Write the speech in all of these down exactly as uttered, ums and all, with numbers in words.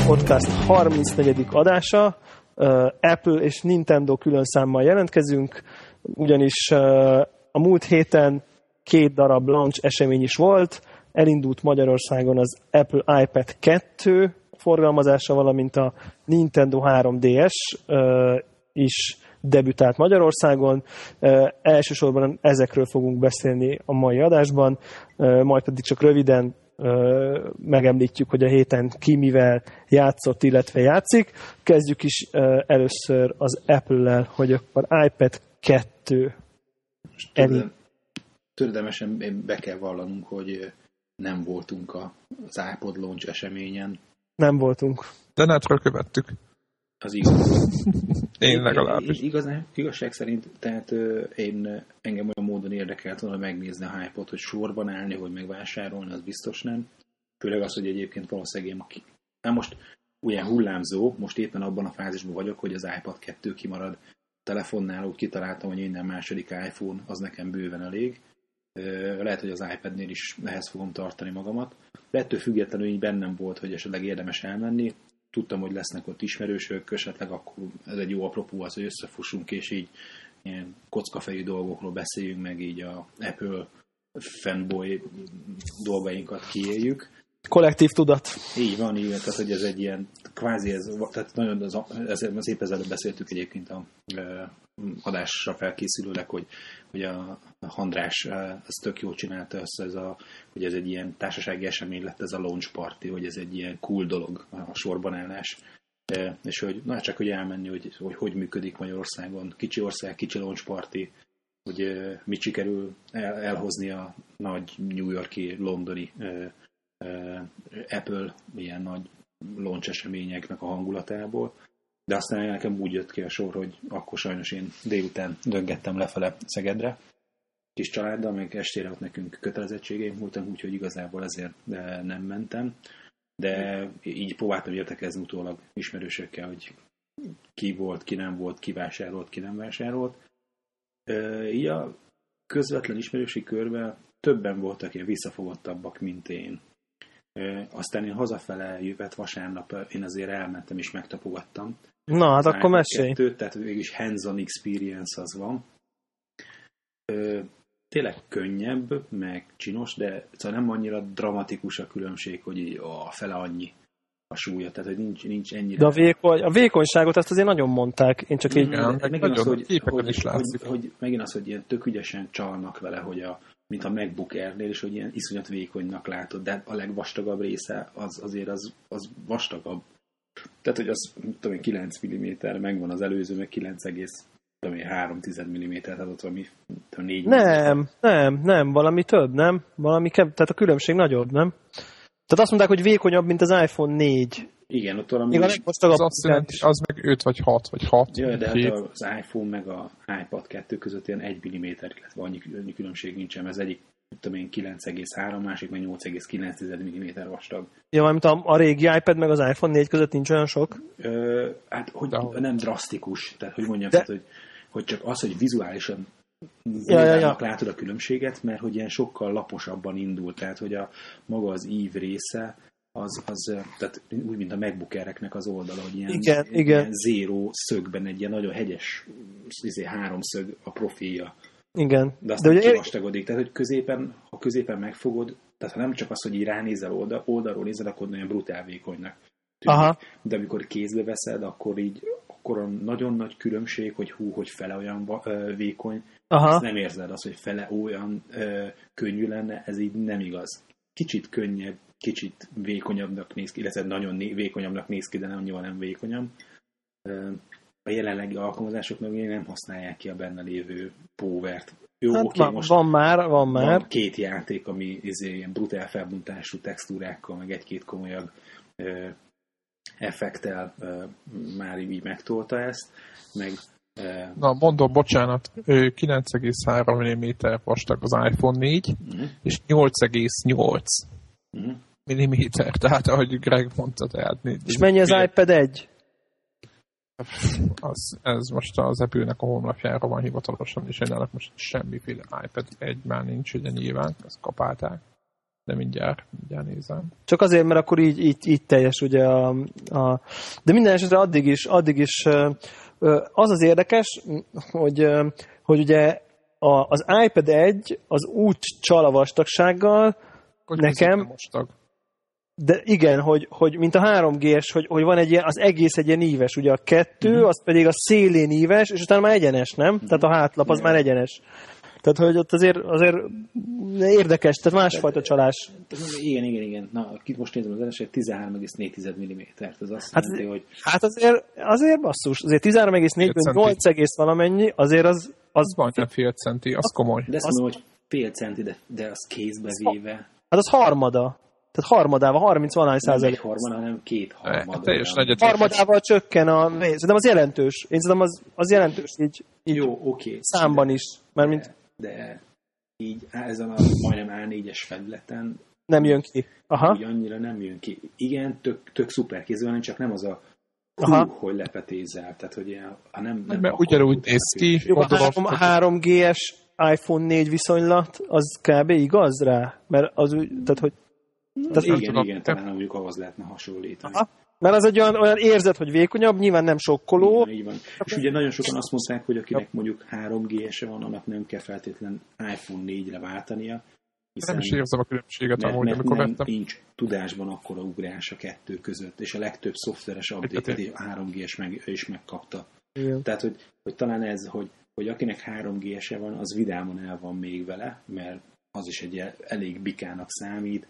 Podcast harmincnegyedik adása. Apple és Nintendo külön számmal jelentkezünk, ugyanis a múlt héten két darab launch esemény is volt. Elindult Magyarországon az Apple iPad kettő forgalmazása, valamint a Nintendo három dé es is debütált Magyarországon. Elsősorban ezekről fogunk beszélni a mai adásban, majd pedig csak röviden megemlítjük, hogy a héten ki mivel játszott, illetve játszik. Kezdjük is először az Apple-lel, hogy akkor iPad kettő. Tördemesen be kell vallanunk, hogy nem voltunk az iPod launch eseményen. Nem voltunk. De netről követtük. Az igaz. Én legalábbis. Igazán, igazság szerint, tehát én engem olyan módon érdekelt volna megnézni a hype-ot, hogy sorban állni, hogy megvásárolni, az biztos nem. Főleg az, hogy egyébként valószínűleg én aki... Na most ugye hullámzó, most éppen abban a fázisban vagyok, hogy az iPad kettő kimarad. A telefonnál úgy kitaláltam, hogy minden második iPhone, az nekem bőven elég. Lehet, hogy az iPadnél is ehhez fogom tartani magamat. De ettől függetlenül így bennem volt, hogy esetleg érdemes elmenni. Tudtam, hogy lesznek ott ismerősök, esetleg akkor ez egy jó apropó az, hogy összefussunk, és így ilyen kockafejű dolgokról beszéljünk, meg így a Apple fanboy dolgainkat kiéljük. Kollektív tudat. Így van, így, tehát hogy ez egy ilyen, kvázi ez, tehát nagyon az, ez, az épp ezelőtt beszéltük egyébként a e, adásra felkészülőleg, hogy, hogy a, a Handrás ez tök jól csinálta össze, ez a, hogy ez egy ilyen társasági esemény lett, ez a launch party, hogy ez egy ilyen cool dolog, a sorban állás. E, és hogy na csak hogy elmenni, hogy, hogy hogy működik Magyarországon, kicsi ország, kicsi launch party, hogy e, mit sikerül el, elhozni a nagy New Yorki, londoni e, Apple ilyen nagy launch eseményeknek a hangulatából, de aztán nekem úgy jött ki a sor, hogy akkor sajnos én délután döngettem lefele Szegedre, kis családdal, meg estére ott nekünk kötelezettségeim voltak, úgyhogy igazából ezért nem mentem, de így próbáltam értekezni utólag ismerősökkel, hogy ki volt, ki nem volt, ki vásárolt, ki nem vásárolt. Így a közvetlen ismerősi körben többen voltak ilyen visszafogottabbak, mint én. Aztán én hazafele jövet vasárnap, én azért elmentem és megtapogattam. Na, hát akkor mesélj. Kettőt, tehát végülis hands-on experience az van. Tényleg könnyebb, meg csinos, de szóval nem annyira dramatikus a különbség, hogy így, ó, a fele annyi a súlya, tehát hogy nincs, nincs ennyire... De a, vékony, a vékonyságot azt azért nagyon mondták, én csak így... Igen, meg megint az, hogy, hogy, is hogy, hogy, megint az, hogy ilyen tök ügyesen csalnak vele, hogy a mint a MacBook Air-nél is, hogy ilyen iszonyat vékonynak látod, de a legvastagabb része az azért az, az vastagabb. Tehát, hogy az, tudom én, kilenc milliméter, megvan az előző, meg kilenc egész három milliméter, tehát ott valami négy Nem, nem, nem, valami több, nem? Valami kev... Tehát a különbség nagyobb, nem? Tehát azt mondták, hogy vékonyabb, mint az iPhone négy. Igen, ott valami... Még a legvastagabb... Az, jelenti, az meg öt vagy hat, vagy hat. Jaj, de hát az iPhone meg a iPad kettő között ilyen egy milliméter, illetve annyi, annyi különbség nincsen. Ez egyik, tudom én, kilenc egész három, másik meg nyolc egész kilenc milliméter vastag. Ja, valamint a, a régi iPad meg az iPhone négy között nincs olyan sok? Ö, hát, hogy de nem drasztikus. Tehát, hogy mondjam, de... tehát, hogy, hogy csak az, hogy vizuálisan ja, ja, ja. látod a különbséget, mert hogy ilyen sokkal laposabban indul. Tehát, hogy a maga az ív része Az, az, tehát úgy, mint a MacBook Air-eknek az oldala, hogy ilyen, igen, ilyen igen. zéró szögben, egy ilyen nagyon hegyes izé, háromszög a profilja. Igen. De aztán De kivastagodik, tehát hogy középen, ha középen megfogod, tehát ha nem csak az, hogy így ránézel oldal, oldalról nézel, akkor nagyon brutál vékonynak tűnik. Aha. De amikor kézbe veszed, akkor így akkor a nagyon nagy különbség, hogy hú, hogy fele olyan uh, vékony, aha. Azt nem érzed, az, hogy fele olyan uh, könnyű lenne, ez így nem igaz. Kicsit könnyebb, kicsit vékonyabbnak néz ki, illetve nagyon né- vékonyabbnak néz ki, de nem annyival nem vékonyabb. A jelenlegi alkalmazások meg nem használják ki a benne lévő powert. Jó, hát oké, van, most van már, van már. Van két játék, ami izé, ilyen brutál felbontású textúrákkal, meg egy-két komolyabb ö, effektel ö, már így megtolta ezt, meg Na, mondom, bocsánat, kilenc egész három milliméter vastag az iPhone négy, uh-huh. és nyolc egész nyolc uh-huh. milliméter, tehát ahogy Greg mondta, tehát... És mennyi az iPad egy? Az, ez most az Apple-nek a honlapjára van hivatalosan, és ennek most semmiféle iPad egy már nincs, ugye nyilván, ezt kapálták. de mindjárt, mindjárt nézem. Csak azért, mert akkor így, így, így teljes ugye a, a... De minden esetre addig is, addig is az az érdekes, hogy, hogy ugye az iPad egy az úgy csal a vastagsággal, hogy nekem... De igen, hogy, hogy mint a három gés, hogy, hogy van egy ilyen, az egész egy ilyen íves, ugye a kettő, uh-huh. az pedig a szélén íves, és utána már egyenes, nem? Uh-huh. Tehát a hátlap az uh-huh. már egyenes. Tehát, hogy ott azért, azért érdekes, tehát másfajta csalás. Igen, igen, igen. Na, itt most nézem az eset, tizenhárom egész négy milliméter. Ez azt hát, jelenti, hogy... Hát azért, azért basszus, azért tizenhárom egész négy nyolc egész valamennyi, azért az... Az majdnem fél centi, az komoly. De ezt mondom, hogy fél centi, de, de az kézbe véve... Hát az harmada. Tehát harmadával, harminc-valahány százalék. Nem egy harmada, hanem két harmada. Teljes negyed. Harmadával csökken a... Szerintem az jelentős. Én szerintem az, az jelentős így, így jó, oké. Számban is. Mert mint... De, de így ezen a majdnem á négyes felületen nem jön ki. Aha. Úgy annyira nem jön ki. Igen, tök, tök szuper kézzel van, csak nem az a hú, hogy lepetézzel. Tehát, hogy ilyen, ha nem... nem mert ugyanúgy néz ki. Jó, a három gés iPhone négy viszonylat, az kb. Igaz rá? Mert az úgy, tehát, hogy... Tehát igen, igen, igen, talán mondjuk ahhoz lehetne hasonlítani. Aha. Mert az egy olyan, olyan érzet, hogy vékonyabb, nyilván nem sokkoló. Így van, így van. És ugye nagyon sokan azt mondták, hogy akinek mondjuk három gé-se van, annak nem kell feltétlen iPhone négyre váltania. Hiszen, nem is érzem a különbséget, mert, amúgy, mert amikor nem, vettem. Nincs tudásban akkora ugrás a kettő között, és a legtöbb szoftveres update-et a három gé-es meg, is megkapta. Igen. Tehát, hogy, hogy talán ez, hogy, hogy akinek három gé-se van, az vidámon el van még vele, mert az is egy elég bikának számít,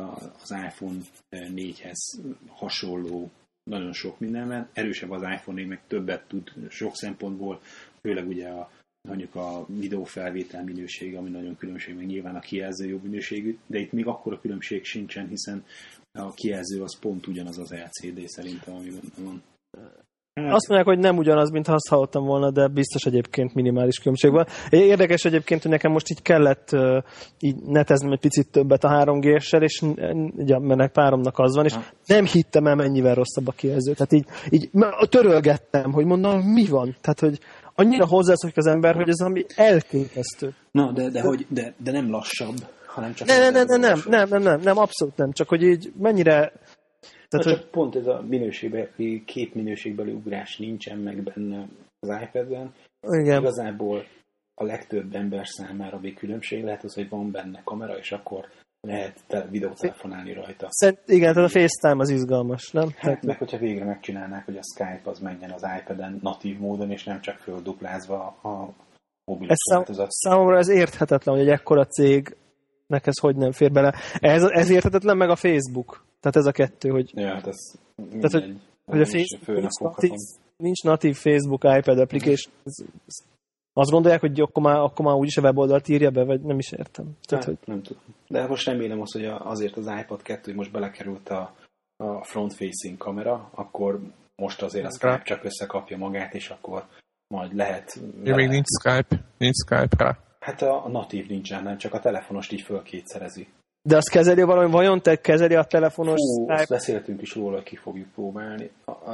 az iPhone négyhez hasonló nagyon sok mindenben. Erősebb az iPhone négy, meg többet tud sok szempontból, főleg ugye a, mondjuk a videófelvétel minősége, ami nagyon különbség, meg nyilván a kijelző jobb minőségű, de itt még akkora különbség sincsen, hiszen a kijelző az pont ugyanaz az el cé dé szerintem, ami van. Hát. Azt mondják, hogy nem ugyanaz, mint azt hallottam volna, de biztos egyébként minimális különbség van. Érdekes egyébként, hogy nekem most így kellett uh, így neteznem egy picit többet a három gé-essel, és ugye, mert páromnak az van, és ha. nem hittem el, mennyivel rosszabb a kijelző. Tehát így, így törölgettem, hogy mondom, mi van? Tehát, hogy annyira hozzászokik az ember, hogy ez ami elképesztő. Na, de, de, hogy, de, de nem lassabb, hanem csak... Ne, ne, ne, ne, nem, nem, nem, nem, nem, abszolút nem. Csak, hogy így mennyire... Tehát, hogy... Csak pont ez a minőségbeli, két minőségbeli ugrás nincsen meg benne az iPad-ben. Igen. Igazából a legtöbb ember számára még különbség lehet az, hogy van benne kamera, és akkor lehet te videótelefonálni rajta. Szerint, igen, tehát a FaceTime az izgalmas, nem? Hát tehát... meg, hogyha végre megcsinálnák, hogy a Skype az menjen az iPad-en natív módon, és nem csak földuplázva a mobilos változat. Számomra ez érthetetlen, hogy egy ekkora cégnek ez hogy nem fér bele. Ez, ez érthetetlen meg a Facebook. Tehát ez a kettő, hogy... Ja, hát ez tehát, hogy, hogy a Facebook nincs natív, nincs natív Facebook iPad application. Azt gondolják, hogy akkor már, akkor már úgyis a weboldalt írja be, vagy nem is értem. Tehát, hát, hogy... nem tudom. De most remélem azt, hogy azért az iPad kettő, hogy most belekerült a, a front-facing kamera, akkor most azért a Skype csak összekapja magát, és akkor majd lehet... Ja, még nincs Skype, nincs Skype rá. Hát a, a natív nincsen, nem csak a telefonost így fölkétszerezi. De azt kezeli valami, vajon te kezeli a telefonos Fú, Skype? Azt beszéltünk is róla, ki fogjuk próbálni.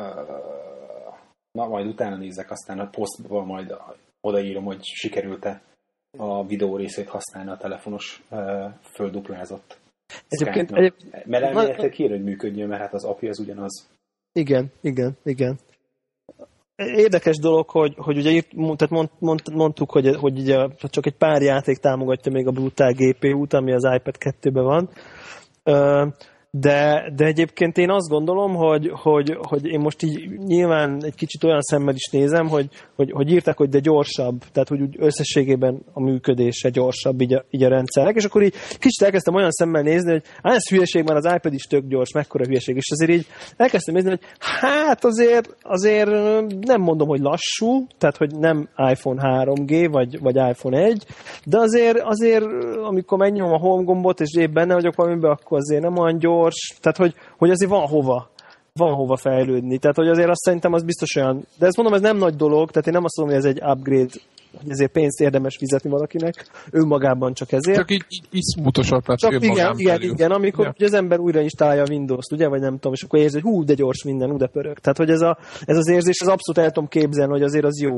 Na, majd utána nézzek, aztán a posztban majd odaírom, hogy sikerült-e a videó részét használni a telefonos földuplázott Egyébként, egyéb... Mert elméletileg kér, hogy működjön, mert hát az á pé i az ugyanaz. Igen, igen, igen. Érdekes dolog, hogy, hogy ugye tehát mond, mond, mondtuk, hogy, hogy ugye csak egy pár játék támogatja még a brutál gé pé út, ami az iPad kettőben van. De, de egyébként én azt gondolom, hogy, hogy, hogy én most így nyilván egy kicsit olyan szemmel is nézem, hogy, hogy, hogy írták, hogy de gyorsabb, tehát hogy úgy összességében a működése gyorsabb így a, így a rendszernek, és akkor így kicsit elkezdtem olyan szemmel nézni, hogy hát ez hülyeség, mert az iPad is tök gyors, mekkora hülyeség, és azért így elkezdtem nézni, hogy hát azért, azért nem mondom, hogy lassú, tehát hogy nem iPhone három gé, vagy, vagy iPhone egy, de azért, azért amikor megnyomom a home gombot, és épp benne vagyok valamiben, akkor azért nem olyan gyors. Tehát, hogy, hogy azért van hova, van hova fejlődni. Tehát, hogy azért azt szerintem az biztos olyan, de ezt mondom, ez nem nagy dolog, tehát én nem azt mondom, hogy ez egy upgrade, hogy ezért pénzt érdemes fizetni valakinek, önmagában csak ezért. Csak így, így, így smoothosat lett csak igen, igen, igen, amikor ja. az ember újra installálja a Windows-t, ugye, vagy nem tudom, és akkor érzi, hogy hú, de gyors minden, hú, de pörög. Tehát, hogy ez, a, ez az érzés, az abszolút el tudom képzelni, hogy azért az jó.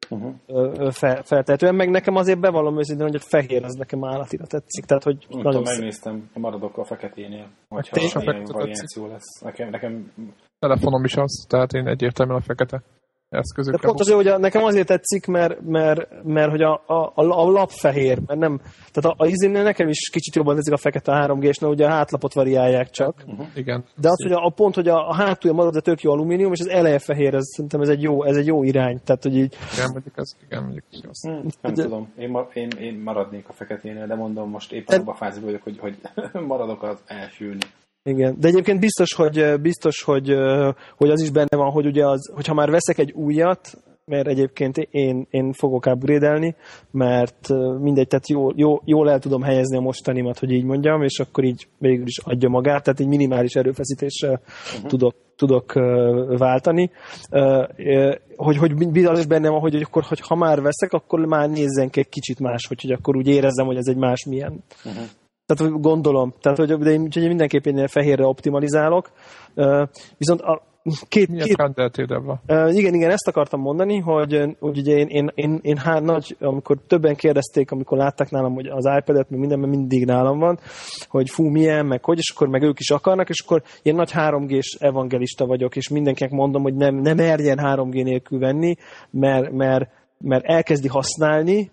uh-huh. fel, feltehetően, meg nekem azért bevallom őszintén, hogy a fehér az nekem állatira tetszik. Tehát, hogy nem tudom, megnéztem, maradok a feketénél, hogyha hát ilyen variáció lesz. Nekem, nekem... Telefonom is az, tehát én egyértelműen a fekete eszközökkel. De pont azért, hogy a, nekem azért tetszik, mert, mert, mert hogy a, a, a lap fehér, mert nem, tehát a, a izénél nekem is kicsit jobban tetszik a fekete három gé-snél, ugye a hátlapot variálják csak. Uh-huh. Igen. De az, hogy a, a pont, hogy a, a hátulja marad, de tök jó alumínium, és az eleje fehér, ez, szerintem ez egy jó, ez egy jó irány. Tehát, hogy így... Igen, mondjuk ez, igen, mondjuk az. Hmm, nem de... tudom, én, ma, én, én maradnék a feketénél, de mondom, most éppen abban a fázisban vagyok, hogy, hogy maradok az elsőnél. Igen, de egyébként biztos, hogy, biztos, hogy, hogy az is benne van, hogy ugye az, hogyha már veszek egy újat, mert egyébként én, én fogok upgrade-elni, mert mindegy, tehát jól, jól, jól el tudom helyezni a mostanimat, hogy így mondjam, és akkor így végül is adja magát, tehát egy minimális erőfeszítéssel uh-huh. tudok, tudok uh, váltani. Uh, uh, hogy, hogy biztos benne van, hogy, akkor, hogy ha már veszek, akkor már nézzen egy kicsit más, hogy, hogy akkor úgy érezzem, hogy ez egy más milyen. Uh-huh. Tehát gondolom, tehát hogy, de én, úgyhogy mindenképp én fehérre optimalizálok. Uh, viszont a Két, Milyen két, rendeltéd ebben? Uh, igen, igen, ezt akartam mondani, hogy, hogy ugye én, én, én, én há, nagy, amikor többen kérdezték, amikor látták nálam, hogy az iPad-et, meg mindenben mindig nálam van, hogy fú, milyen, meg hogy, és akkor meg ők is akarnak, és akkor én nagy három gés evangelista vagyok, és mindenkinek mondom, hogy nem, nem merjen három gé nélkül venni, mert, mert, mert elkezdi használni,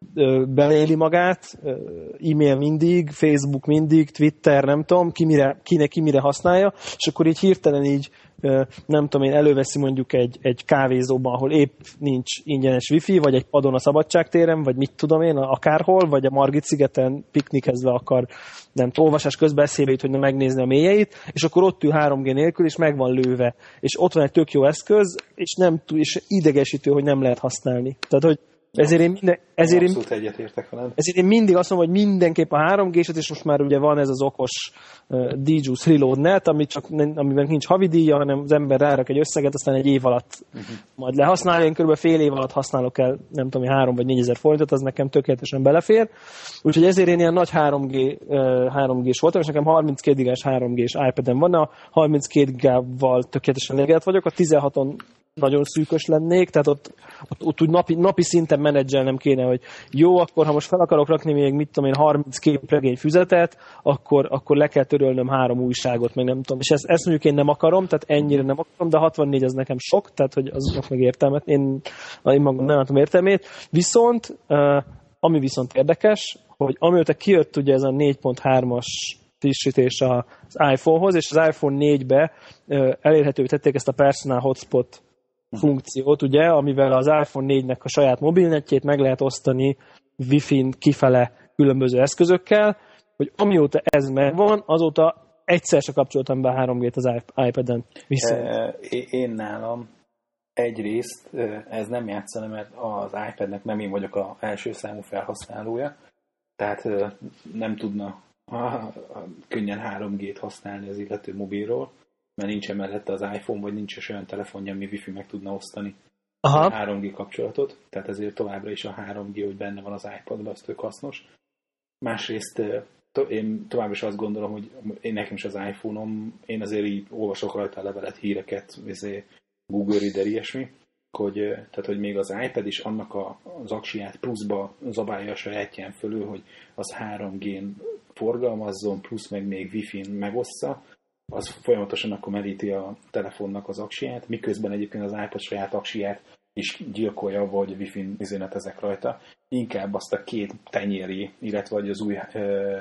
beleéli magát, e-mail mindig, Facebook mindig, Twitter, nem tudom, ki mire, kinek ki mire használja, és akkor így hirtelen így, nem tudom én, előveszi mondjuk egy, egy kávézóban, ahol épp nincs ingyenes wifi, vagy egy padon a Szabadságtéren, vagy mit tudom én, akárhol, vagy a Margit-szigeten piknikezve akar, nem tudom, olvasás közben eszébe jut, hogy ne megnézni a mélyeit, és akkor ott ül három gé nélkül, és meg van lőve. És ott van egy tök jó eszköz, és, nem, és idegesítő, hogy nem lehet használni. Tehát, hogy Ezért én, minden, ezért, én, ezért én mindig azt mondom, hogy mindenképp a három gé-set, és most már ugye van ez az okos uh, D-Juice Reload net, ami csak, amiben nincs havidíja, hanem az ember rárak egy összeget, aztán egy év alatt uh-huh. majd lehasználja. Én kb. fél év alatt használok el, nem tudom, három vagy négyezer forintot, az nekem tökéletesen belefér. Úgyhogy ezért én ilyen nagy három gé, uh, három gés voltam, és nekem harminckét gigás három gés iPad-en van, a harminckét gigával tökéletesen elégedett vagyok, a tizenhaton nagyon szűkös lennék, tehát ott, ott, ott úgy napi, napi szinten menedzselnem kéne, hogy jó, akkor ha most fel akarok rakni még, mit tudom én, harminc képregény füzetet, akkor, akkor le kell törölnöm három újságot, meg nem tudom. És ezt, ezt mondjuk én nem akarom, tehát ennyire nem akarom, de hatvannégy az nekem sok, tehát hogy aznak meg értelmet, én, én magam nem látom értelmét. Viszont, ami viszont érdekes, hogy amióta kijött ugye ez a négy pont hármas frissítés az iPhone-hoz, és az iPhone négybe elérhetővé tették ezt a Personal Hotspot funkciót, ugye, amivel az iPhone négynek a saját mobilnetjét meg lehet osztani Wi-Fi-n kifele különböző eszközökkel, hogy amióta ez megvan, azóta egyszer se kapcsoltam be a három gét az iPad-en. E, én nálam egyrészt ez nem játszana, mert az iPad-nek nem én vagyok az első számú felhasználója, tehát nem tudna a, a, könnyen három gét használni az illető mobilról, mert nincs mellette az iPhone, vagy nincs olyan telefonja, ami Wi-Fi meg tudna osztani Aha. a három gé kapcsolatot, tehát ezért továbbra is a három gé, hogy benne van az iPad-ban, az tök hasznos. Másrészt to- én továbbra is azt gondolom, hogy én nekem is az iPhone-om, én azért így olvasok rajta a levelet, híreket, Google Reader, ilyesmi, hogy, tehát, hogy még az iPad is annak a, az aksiját pluszba zabálja a sajátján fölül, hogy az három gén forgalmazzon, plusz meg még Wi-Fi-n megossza, az folyamatosan akkor meríti a telefonnak az aksiját, miközben egyébként az iPad saját aksiját is gyilkolja, vagy Wi-Fi-n üzenetezek rajta. Inkább azt a két tenyéri, illetve az új ö,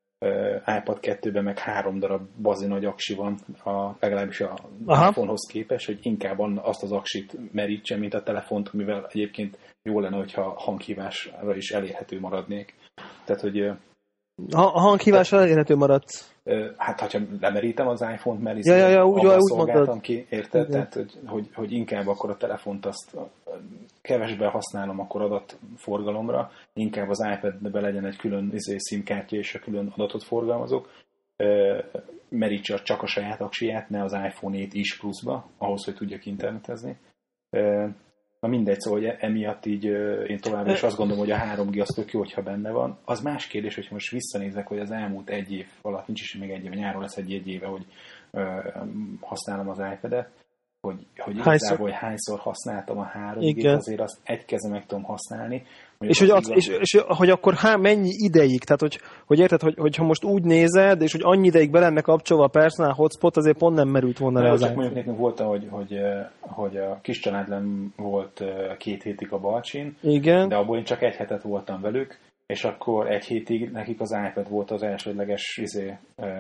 ö, iPad kettőben meg három darab bazi nagy aksi van, a, legalábbis a iPhone-hoz képest, hogy inkább azt az aksit merítse, mint a telefont, mivel egyébként jó lenne, hogyha hanghívásra is elérhető maradnék. Tehát, hogy A, a hanghívásra elérhető maradt. Hát, ha lemerítem az iPhone-t, mert ja, ja, ja, úgy, úgy szolgáltam mondtad. ki, érted? Igen. Tehát, hogy, hogy, hogy inkább akkor a telefont azt kevesben használom akkor adatforgalomra, inkább az iPad-be legyen egy külön SIM-kártya és a külön adatot forgalmazok, merítse csak a saját aksiját, ne az iPhone-ét is pluszba, ahhoz, hogy tudjak internetezni. Na mindegy, szóval hogy emiatt így én továbbra is azt gondolom, hogy a három gé az tök jó, hogyha benne van. Az más kérdés, hogyha most visszanézek, hogy az elmúlt egy év alatt, nincs is még egy éve, nyáron lesz egy, egy éve, hogy ö, használom az iPad-et, hogy, hogy igazából, hogy hányszor használtam a három gét, azért azt egy keze meg tudom használni. És hogy, az, és, és hogy akkor há, mennyi ideig, tehát hogy, hogy érted, hogy, hogy ha most úgy nézed, és hogy annyi ideig be lenne kapcsolva a personal hotspot, azért pont nem merült volna rá az csak mondjuk nekünk volt, hogy, hogy, hogy a kis családlem volt két hétig a Balcsin, igen. De abból én csak egy hetet voltam velük, és akkor egy hétig nekik az iPad volt az elsődleges izé,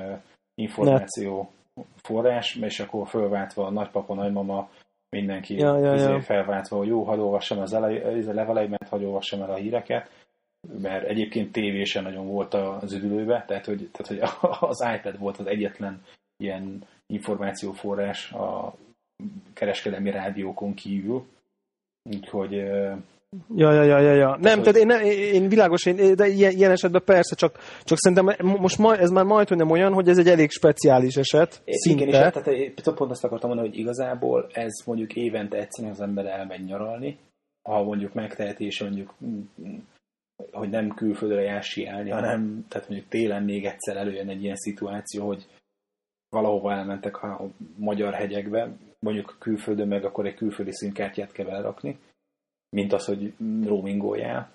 információ Net. forrás, és akkor fölváltva a nagypapa, nagymama, mindenki ja, ja, ja. felváltva, hogy jó, hadd olvassam az leveleimet, hadd olvassam el a híreket, mert egyébként tévésen nagyon volt az üdülőbe, tehát hogy, tehát hogy az iPad volt az egyetlen ilyen információforrás a kereskedelmi rádiókon kívül, úgyhogy Ja, ja, ja, ja, ja. Nem, tehát én, én világos, én, de ilyen, ilyen esetben persze, csak, csak szerintem most ma, ez már majd, hogy nem olyan, hogy ez egy elég speciális eset, é, szinte. Igen, és tehát pont azt akartam mondani, hogy igazából ez mondjuk évente egyszer az ember elmegy nyaralni, ha mondjuk megteheti, és mondjuk, hogy nem külföldre jár síelni, hanem tehát mondjuk télen még egyszer előjön egy ilyen szituáció, hogy valahova elmentek a magyar hegyekbe, mondjuk külföldön meg akkor egy külföldi színkártyát kell belerakni, mint az, hogy roamingoljál.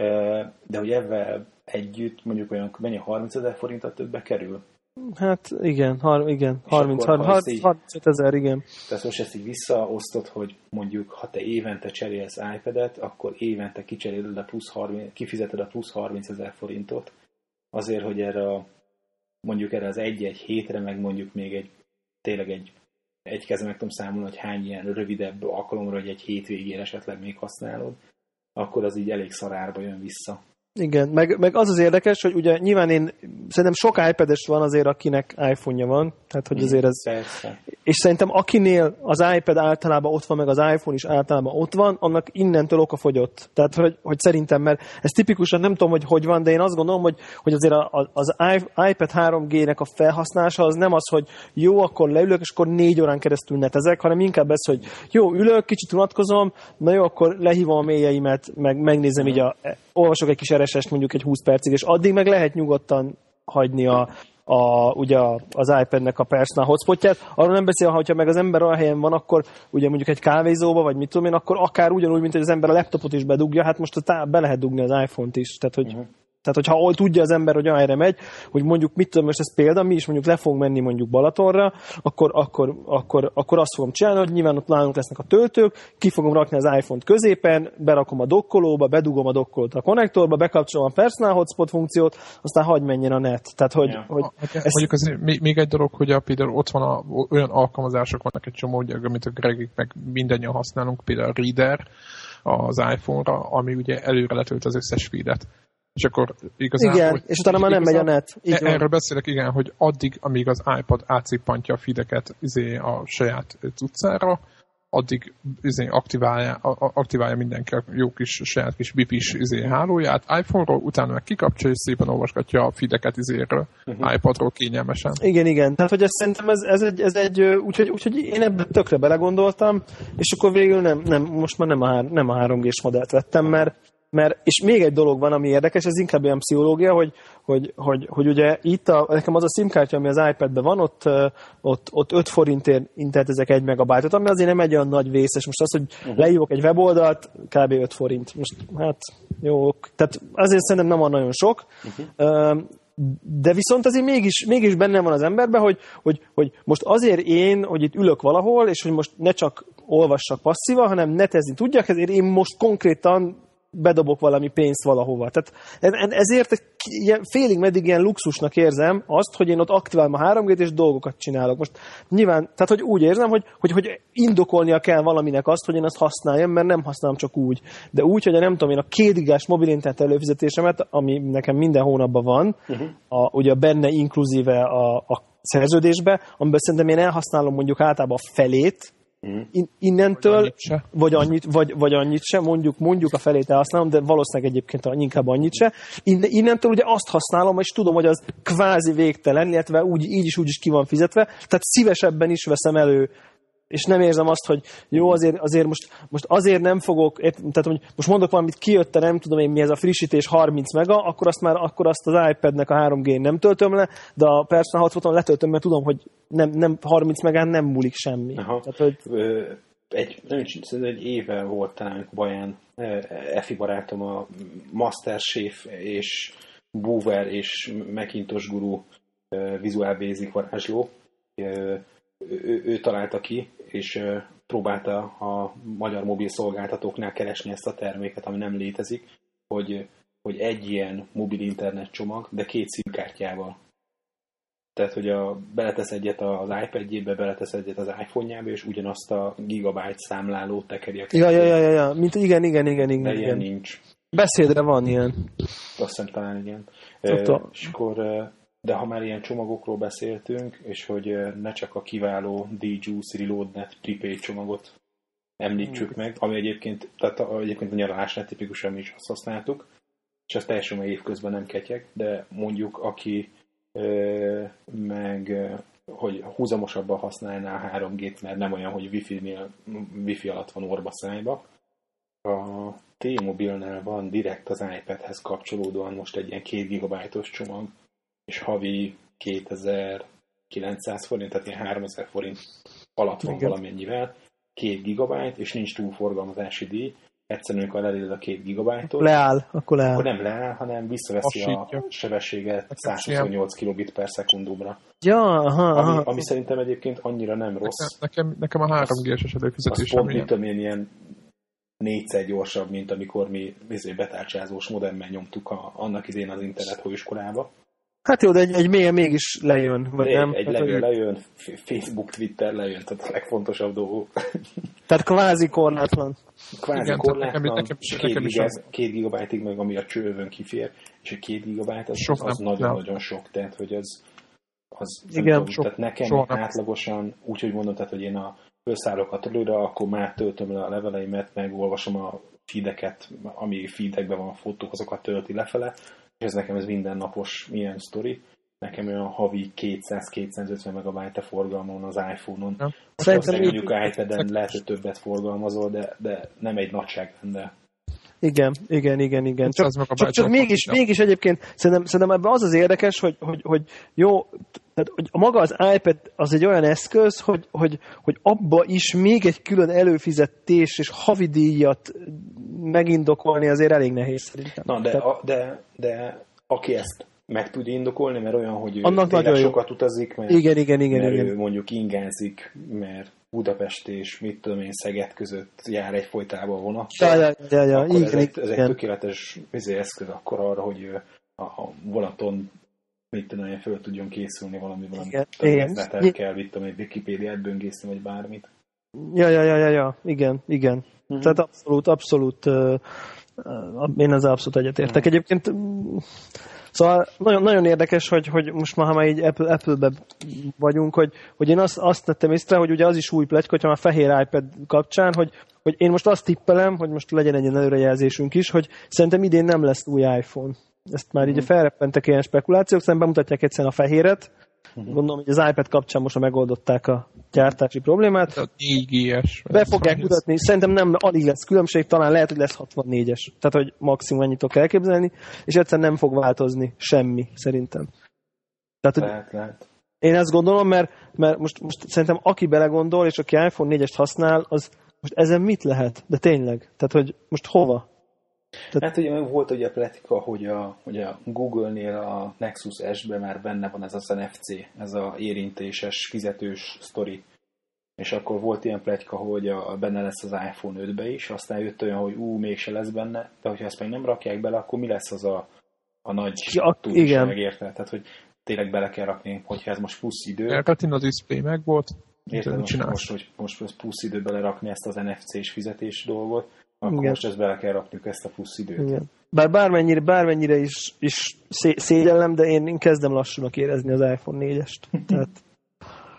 De hogy ebben együtt mondjuk olyan mennyi harmincezer forintot többbe kerül? Hát igen, har, igen harminc, harmincöt ezer, igen. Tehát most ezt így visszaosztod, hogy mondjuk ha te évente cserélsz iPad-et, akkor évente kicseréled a plusz harminc, kifizeted a plusz harmincezer forintot azért, hogy erre a, mondjuk erre az egy-egy hétre, meg mondjuk még egy tényleg egy egy kezre meg tudom számolni, hogy hány ilyen rövidebb alkalomra, hogy egy hétvégén esetleg még használod, akkor az így elég szarárba jön vissza. Igen, meg, meg az az érdekes, hogy ugye nyilván én szerintem sok iPad-es van azért, akinek iPhone-ja van, tehát hogy azért ez... Persze. És szerintem akinél az iPad általában ott van, meg az iPhone is általában ott van, annak innentől oka fogyott. Tehát, hogy, hogy szerintem, mert ez tipikusan nem tudom, hogy hogy van, de én azt gondolom, hogy, hogy azért a, az iPad három G-nek a felhasználása az nem az, hogy jó, akkor leülök, és akkor négy órán keresztül netezek, hanem inkább ez, hogy jó, ülök, kicsit unatkozom, na jó, akkor lehívom a mélyeimet, meg megnézem mm. így a... olvasok egy kis er es est mondjuk egy húsz percig, és addig meg lehet nyugodtan hagyni a, a, ugye az iPad-nek a personal hotspotját. Arról nem beszél, hogyha meg az ember olyan helyen van, akkor ugye mondjuk egy kávézóba, vagy mit tudom én, akkor akár ugyanúgy, mint hogy az ember a laptopot is bedugja, hát most tá- be lehet dugni az iPhone-t is. Tehát, hogy uh-huh. Tehát, hogyha tudja az ember, hogy olyan helyre megy, hogy mondjuk, mit tudom, most ez példa, mi is mondjuk le fogunk menni mondjuk Balatonra, akkor, akkor, akkor, akkor azt fogom csinálni, hogy nyilván ott nálunk lesznek a töltők, ki fogom rakni az iPhone-t középen, berakom a dokkolóba, bedugom a dokkolót a konnektorba, bekapcsolom a personal hotspot funkciót, aztán hagy menjen a net. Tehát, hogy, ja. hogy ezt... Mondjuk az, még, még egy dolog, hogy a, például ott van a, olyan alkalmazások vannak egy csomó, ugye, amit a Gregik meg mindannyian használunk, például a Reader az iPhone-ra, ami ugye előre letölt az összes feedet. És akkor igazából... Igen, és utána már nem megy a net. Így erről van. Beszélek, igen, hogy addig, amíg az iPad átsippantja a feedeket izé, a saját cuccára, addig izé, aktiválja, aktiválja mindenki a jó kis saját kis bipis izé, hálóját iPhone-ról, utána meg kikapcsolja, és szépen olvasgatja a feedeket izéről, uh-huh. iPadról kényelmesen. Igen, igen. Tehát, hogy ez, szerintem ez, ez egy, ez egy úgyhogy, úgyhogy én ebben tökre belegondoltam, és akkor végül nem, nem most már nem a, nem a három G-s modellt vettem, mert Mert, és még egy dolog van, ami érdekes, ez inkább olyan pszichológia, hogy, hogy, hogy, hogy ugye itt a, nekem az a SIM-kártya, ami az iPad-ben van, ott, ott, ott öt forintért internetezek egy megabájtot, ami azért nem egy olyan nagy vészes. Most az, hogy uh-huh. leívok egy weboldalt, kb. öt forint. Most hát jó, tehát azért szerintem nem van nagyon sok. Uh-huh. De viszont azért mégis, mégis bennem van az emberben, hogy, hogy, hogy most azért én, hogy itt ülök valahol, és hogy most ne csak olvassak passzíva, hanem netezni tudjak, ezért én most konkrétan bedobok valami pénzt valahova. Tehát ezért ilyen, félig meddig ilyen luxusnak érzem azt, hogy én ott aktiválom a három G-t és dolgokat csinálok. Most nyilván, tehát hogy úgy érzem, hogy, hogy, hogy indokolnia kell valaminek azt, hogy én azt használjam, mert nem használom csak úgy. De úgy, hogy nem tudom én a két gigás mobil internet előfizetésemet, ami nekem minden hónapban van, uh-huh. a, ugye benne inkluzíve a, a szerződésbe, amiben szerintem én elhasználom mondjuk általában a felét, In, innentől, vagy annyit, vagy annyit, vagy, vagy annyit se, mondjuk, mondjuk a felét elhasználom, de valószínűleg egyébként inkább annyit se. Innentől ugye azt használom, és tudom, hogy az kvázi végtelen, illetve úgy, így is úgy is ki van fizetve, tehát szívesebben is veszem elő és nem érzem azt, hogy jó, azért, azért most, most azért nem fogok, tehát hogy most mondok valamit, kijött a nem tudom én mi ez a frissítés harminc mega, akkor azt már akkor azt az iPadnek a három G-n nem töltöm le, de a Persona Hotspoton letöltöm, mert tudom, hogy nem, nem harminc megán nem múlik semmi. Aha. Tehát, hogy... Ö, egy, nem is, szerintem egy éve volt talán Baján, Efi barátom a Masterchef és Bover és Macintosh Guru Visual Basic varázsló. Ő, ő, ő találta ki, és próbálta a magyar mobil szolgáltatóknál keresni ezt a terméket, ami nem létezik, hogy, hogy egy ilyen mobil internet csomag, de két SIM-kártyával. Tehát, hogy a, beletesz egyet az iPad-jébe, beletesz egyet az iPhone-jába, és ugyanazt a gigabyte számlálót tekeri a ja, ja, ja, ja, ja. Mint, igen, igen, igen, igen. De igen. ilyen nincs. Beszédre van ilyen. Azt hiszem talán igen. E, és akkor, de ha már ilyen csomagokról beszéltünk, és hogy ne csak a kiváló D-Juice ReloadNet prepaid csomagot említsük meg, ami egyébként, tehát egyébként a nyaralásnál tipikusan mi is azt használtuk, és az teljesen évközben nem ketyeg, de mondjuk aki meg hogy húzamosabban használná a három G-t, mert nem olyan, hogy Wi-Fi-nél, Wi-Fi alatt van orba szájba. A T-Mobile-nál van direkt az iPadhez kapcsolódóan most egy ilyen két gigabájtos csomag, és havi kétezer-kilencszáz forint, tehát ilyen háromezer forint alatt van valamennyivel, két gigabájt, és nincs túlforgalmazási díj. Egyszerűen, amikor elérjed a két gigabájtot, leáll, akkor leáll. Akkor nem leáll, hanem visszaveszi a sebességet száz huszonnyolc kilobit per szekundumra. Ja, aha, aha. Ami, ami szerintem egyébként annyira nem rossz. Nekem, nekem, nekem a három G-es előfizetés. Az pont, mit tudom én, ilyen négyszer gyorsabb, mint amikor mi betárcsázós modemmel nyomtuk a, annak idén az internet hőiskolába. Hát jó, de egy, egy mélyen mégis lejön, vagy egy, nem? Egy hát, lejön, hogy... lejön, Facebook, Twitter lejön, tehát a legfontosabb dolgok. Tehát kvázi korlátlan. Kvázi igen, korlátlan, nekem, nekem, két, nekem giga, két gigabájtig meg, ami a csővön kifér, és a két gigabájt az, az nagyon-nagyon sok, tehát hogy az, az igen, tudom, sok, tehát nekem sok átlagosan, úgyhogy mondom, tehát, hogy én a felszállok a Trello-ra, akkor már töltöm le a leveleimet, meg olvasom a feedeket, ami feedekben van a fotók, azokat tölti lefele, és ez nekem ez mindennapos milyen sztori. Nekem olyan havi kétszáz-kétszázötven megabyte forgalma van az iPhone-on. Ja. Szerintem mondjuk iPad-en lehet, hogy többet forgalmazol, de, de nem egy nagyságrendel. Igen, igen, igen, igen. Csak, csak, csak mégis, mégis egyébként szerintem, szerintem ebben az az érdekes, hogy, hogy, hogy jó, tehát, hogy maga az iPad az egy olyan eszköz, hogy, hogy, hogy abba is még egy külön előfizetés és havidíjat megindokolni azért elég nehéz szerintem. Na, de, tehát, a, de, de aki ezt meg tudja indokolni, mert olyan, hogy ő annak tényleg nagyon sokat utazik, mert, igen, igen, igen, mert igen. ő mondjuk ingázik, mert Budapest és mit tudom én Szeged között jár egyfolytában vonattal. Ja, ja, ja, ja. Akkor igen, ez, egy, ez igen. egy tökéletes eszköz akkor arra, hogy a, a vonaton mit tudom én föl tudjon készülni valami valamit. Kell, mit tudom én Wikipédiát böngészni, vagy bármit. Ja, ja, ja, ja, ja. igen, igen. Mm-hmm. Tehát abszolút, abszolút uh, én ezzel abszolút egyetértek. Mm-hmm. Egyébként szóval nagyon, nagyon érdekes, hogy, hogy most már, ha már így Apple, Apple-be vagyunk, hogy, hogy én azt, azt tettem észre, hogy ugye az is új pletyka, hogyha már fehér iPad kapcsán, hogy, hogy én most azt tippelem, hogy most legyen egy ilyen előrejelzésünk is, hogy szerintem idén nem lesz új iPhone. Ezt már mm. így felreppentek ilyen spekulációk, szerintem bemutatják egyszerűen a fehéret. Mm. Gondolom, hogy az iPad kapcsán most megoldották a gyártási problémát. A négy G-es. Be fogják mutatni, szerintem nem alig lesz különbség, talán lehet, hogy lesz hatvannégyes. Tehát, hogy maximum ennyit tudok elképzelni, és egyszerűen nem fog változni semmi, szerintem. Tehát, lehet, lehet. Én ezt gondolom, mert, mert most, most szerintem aki belegondol, és aki iPhone négyest használ, az most ezen mit lehet? De tényleg. Tehát, hogy most hova? Tehát... Hát ugye volt ugye a pletika, hogy a, hogy a Google-nél a Nexus S-ben már benne van ez az en ef cé, ez a érintéses, fizetős sztori. És akkor volt ilyen pletyka, hogy a, benne lesz az iPhone ötbe is, aztán jött olyan, hogy ú, mégse lesz benne, de hogyha ezt meg nem rakják bele, akkor mi lesz az a, a nagy ja, tudóság, érted? Tehát, hogy tényleg bele kell rakni, hogyha ez most plusz idő. A Retina display meg volt. Érted, most, most, hogy most plusz idő belerakni ezt az en ef cés fizetés dolgot, akkor igen. Most ezt bele kell rakniuk, ezt a plusz időt. Igen. Bár bármennyire, bármennyire is, is szé- szégyellem, de én, én kezdem lassúnak érezni az iPhone négyest. Tehát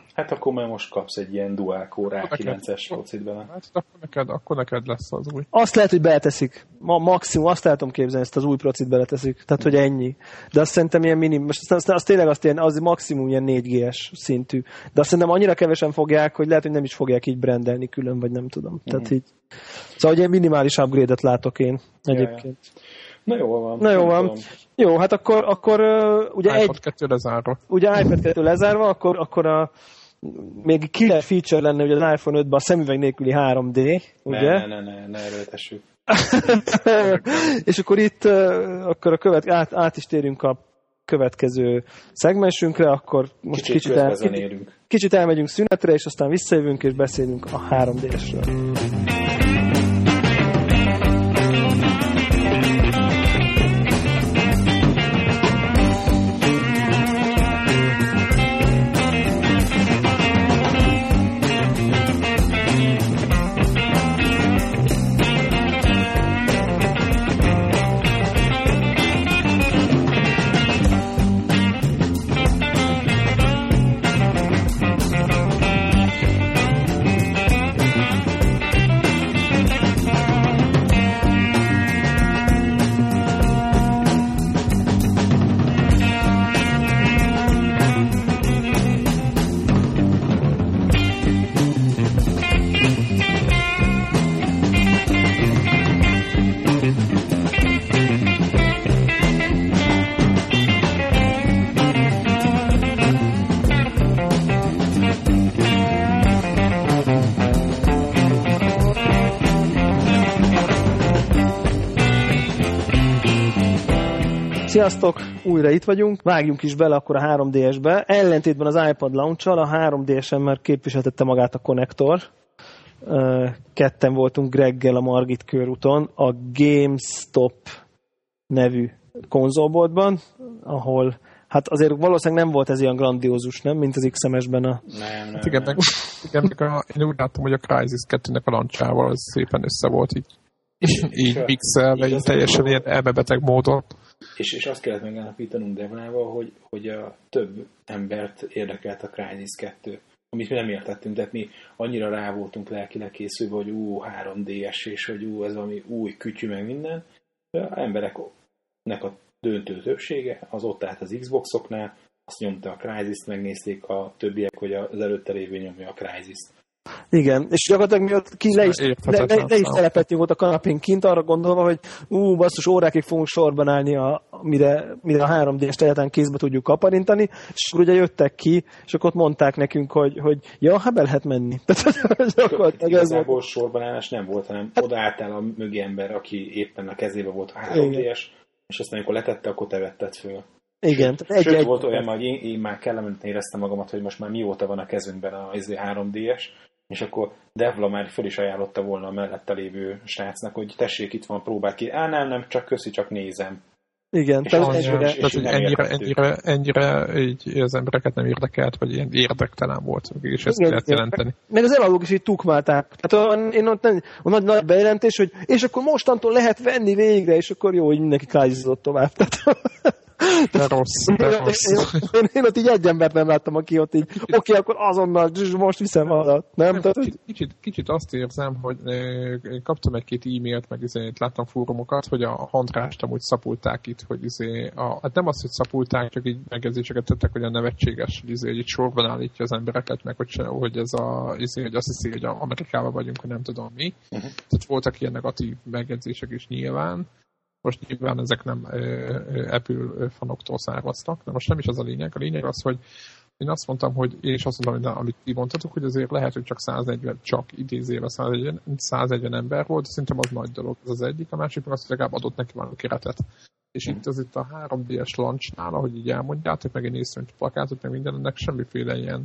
Hát akkor már most kapsz egy ilyen dual-core á kilences procit bele. Hát akkor neked, akkor neked lesz az új. Azt lehet, hogy beleteszik. Ma maximum, azt el tudom képzelni, ezt az új procit beleteszik. Tehát, hogy ennyi. De azt szerintem ilyen minim, most azt, azt tényleg azt ilyen, az maximum ilyen négy gés szintű. De azt szerintem annyira kevesen fogják, hogy lehet, hogy nem is fogják így brandelni külön, vagy nem tudom. Mm-hmm. Tehát így. Szóval egy minimális upgrade-et látok én egyébként. Ja, ja. Na jó van. Na jó van. Tudom. Jó, hát akkor, akkor uh, ugye iPad egy... kettő lezárva. Ugye iPad kettő lezárva, akkor, akkor a még killer feature lenne, hogy az iPhone ötben a szemüveg nélküli három dé, ugye? Ne, ne, ne, ne erőltessük. És akkor itt akkor a követ, át, át is térünk a következő szegmensünkre, akkor most kicsit, kicsit, el, kicsit, kicsit elmegyünk szünetre, és aztán visszajövünk, és beszélünk a három dé-esről. Sziasztok! Újra itt vagyunk, vágjunk is bele akkor a három dé-esbe. Ellentétben az iPad Launch-al a három dé-esen már képviseltette magát a konnektor. Ketten voltunk Greggel a Margit körúton a GameStop nevű konzolboltban, ahol hát azért valószínűleg nem volt ez ilyen grandiózus, nem? Mint az iksz em es-ben a... Nem, nem, hát igen, nem. igen a, én úgy láttam, hogy a Crysis kettőnek a launchával az szépen össze volt így, így mixelve, így teljesen ilyen elmebeteg módon. És, és azt kellett megállapítanunk Devlával, hogy, hogy a több embert érdekelt a Crysis kettő, amit mi nem értettünk, tehát mi annyira rá voltunk lelkileg készülve, hogy ú, három dé-es, és hogy ú, ez valami új kütyű, meg minden. De az embereknek a döntő többsége az ott állt az Xboxoknál, azt nyomta a Crysis-t, megnézték a többiek, hogy az előtte lévő nyomja a Crysis-t. Igen, és gyakorlatilag mi ott ki le is, le, le, le is telepettünk ott a kanapén kint, arra gondolva, hogy ú, basszus, órákig fogunk sorban állni, a, mire, mire a három dé-est egyáltalán kézbe tudjuk kaparintani, és akkor ugye jöttek ki, és akkor ott mondták nekünk, hogy, hogy ja, hát be lehet menni. Igazából sorban állás nem volt, hanem hát, odaálltál a mögé ember, aki éppen a kezébe volt a három dé-es, és aztán amikor letette, akkor te vetted föl. Igen. Sőt, egy, sőt egy, volt olyan, hogy én, én már kellemetlen éreztem magamat, hogy most már mióta van a kezünkben a három dé-es, és akkor Devla már föl is ajánlotta volna a mellette lévő srácnak, hogy tessék, itt van, próbáld ki. Á, nem, nem, csak köszi, csak nézem. Igen, és tehát az, ennyire, és, és tehát, ennyire, ennyire, ennyire így az embereket nem érdekelt, vagy ilyen érdektelen volt, és ezt kellett jelenteni. Meg az eladók is így tukmálták. Tehát én ott nem, a nagy, nagy bejelentés, hogy és akkor mostantól lehet venni végre, és akkor jó, hogy mindenki klázizott tovább. Tehát, de rossz, de rossz. Én, én, én ott így egy embert nem láttam, aki ott így, oké, okay, akkor azonnal, most viszem alatt. Nem? Nem, Tehát, kicsit, kicsit azt érzem, hogy én kaptam egy-két e-mailt, meg izé, láttam fórumokat, hogy a Handrást amúgy szapulták itt, hogy izé, a, hát nem azt, hogy szapulták, csak így megjegyzéseket tettek, hogy a nevetséges, hogy, izé, hogy itt sorban állítja az embereket, meg hogy, hogy ez a, izé, hogy azt hiszi, hogy Amerikában vagyunk, hogy nem tudom mi. Uh-huh. Tehát voltak ilyen negatív megjegyzések is nyilván. Most nyilván ezek nem Apple fanoktól származtak, de most nem is az a lényeg. A lényeg az, hogy én azt mondtam, hogy én is azt mondtam, hogy amit ti mondtatok, hogy azért lehet, hogy csak száznegyven, csak idézőjelben száznegyven ember volt, szerintem az nagy dolog, ez az egyik. A másik meg azt, hogy legalább adott neki valami keretet. És itt az itt a három dé-es launchnál, ahogy így elmondjátok, meg én néztem, hogy plakátot, meg minden, ennek semmiféle ilyen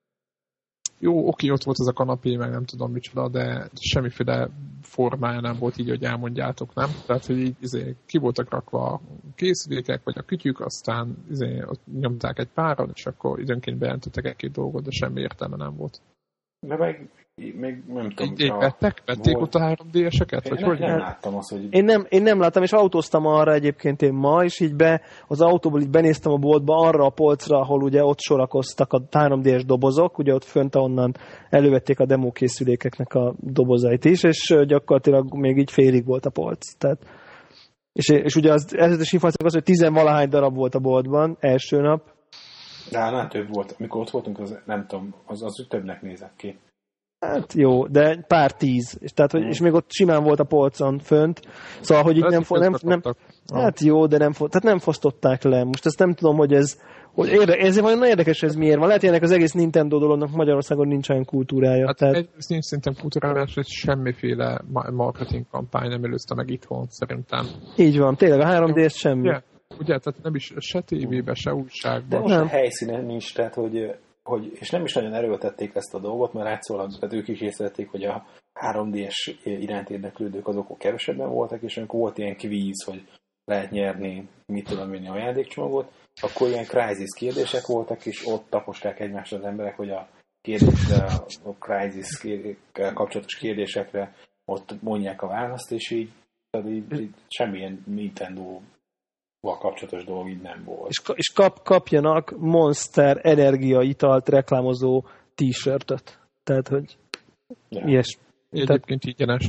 jó, oké, ott volt ez a kanapé, meg nem tudom micsoda, de semmiféle formája nem volt így, hogy elmondjátok, nem? Tehát, hogy így izé, ki voltak rakva a készülékek, vagy a kütyük, aztán izé, ott nyomták egy páran, és akkor időnként bejelentettek egy-két dolgot, de semmi értelme nem volt. De meg, meg nem tudom. Így, így vettek? Vették volt... ott a három dé-eseket? Én nem, nem láttam azt, hogy... Én nem, én nem láttam, és autóztam arra egyébként én ma, és így be, az autóból így benéztem a boltba arra a polcra, ahol ugye ott sorakoztak a három dé-es dobozok, ugye ott fönt, ahonnan elővették a demókészülékeknek a dobozait is, és gyakorlatilag még így félig volt a polc. Tehát, és, és ugye az előzetes információk az, hogy tizenvalahány darab volt a boltban első nap. De hát több volt. Amikor ott voltunk, az, nem tudom, az, az többnek nézett ki. Hát jó, de pár tíz. És, tehát, hogy, és még ott simán volt a polcon fönt. Szóval, hogy így nem, nem, nem, nem hát jó, de nem, tehát nem fosztották le. Most ezt nem tudom, hogy ez hogy érde, ezért van nagyon érdekes, ez miért van. Lehet, hogy ennek az egész Nintendo dolognak Magyarországon nincs olyan kultúrája. Hát tehát... egy, ez nincs szerintem kultúrája, és semmiféle marketing kampány nem előzte meg itthon, szerintem. Így van, tényleg a három dé-es semmi. Ugye, ugye, tehát nem is se tévébe, se újságban. De most a helyszínen nincs, tehát hogy, hogy, és nem is nagyon erőltették ezt a dolgot, mert látszólag, tehát ők is észrevették, hogy a három dé-es iránt érdeklődők azok kevesebben voltak, és amikor volt ilyen kvíz, hogy lehet nyerni, mit tudom én, ajándékcsomagot, akkor ilyen Crysis kérdések voltak, és ott taposták egymást az emberek, hogy a kérdésre, a Crysis-kel kapcsolatos kérdésekre ott mondják a választ, és így, tehát így, így semmilyen Nintendo-val kapcsolatos dolog így nem volt. És, és kap, kapjanak Monster energiaitalt reklámozó t-shirtöt. Tehát, hogy ja. ilyes. Egyébként ingyenes.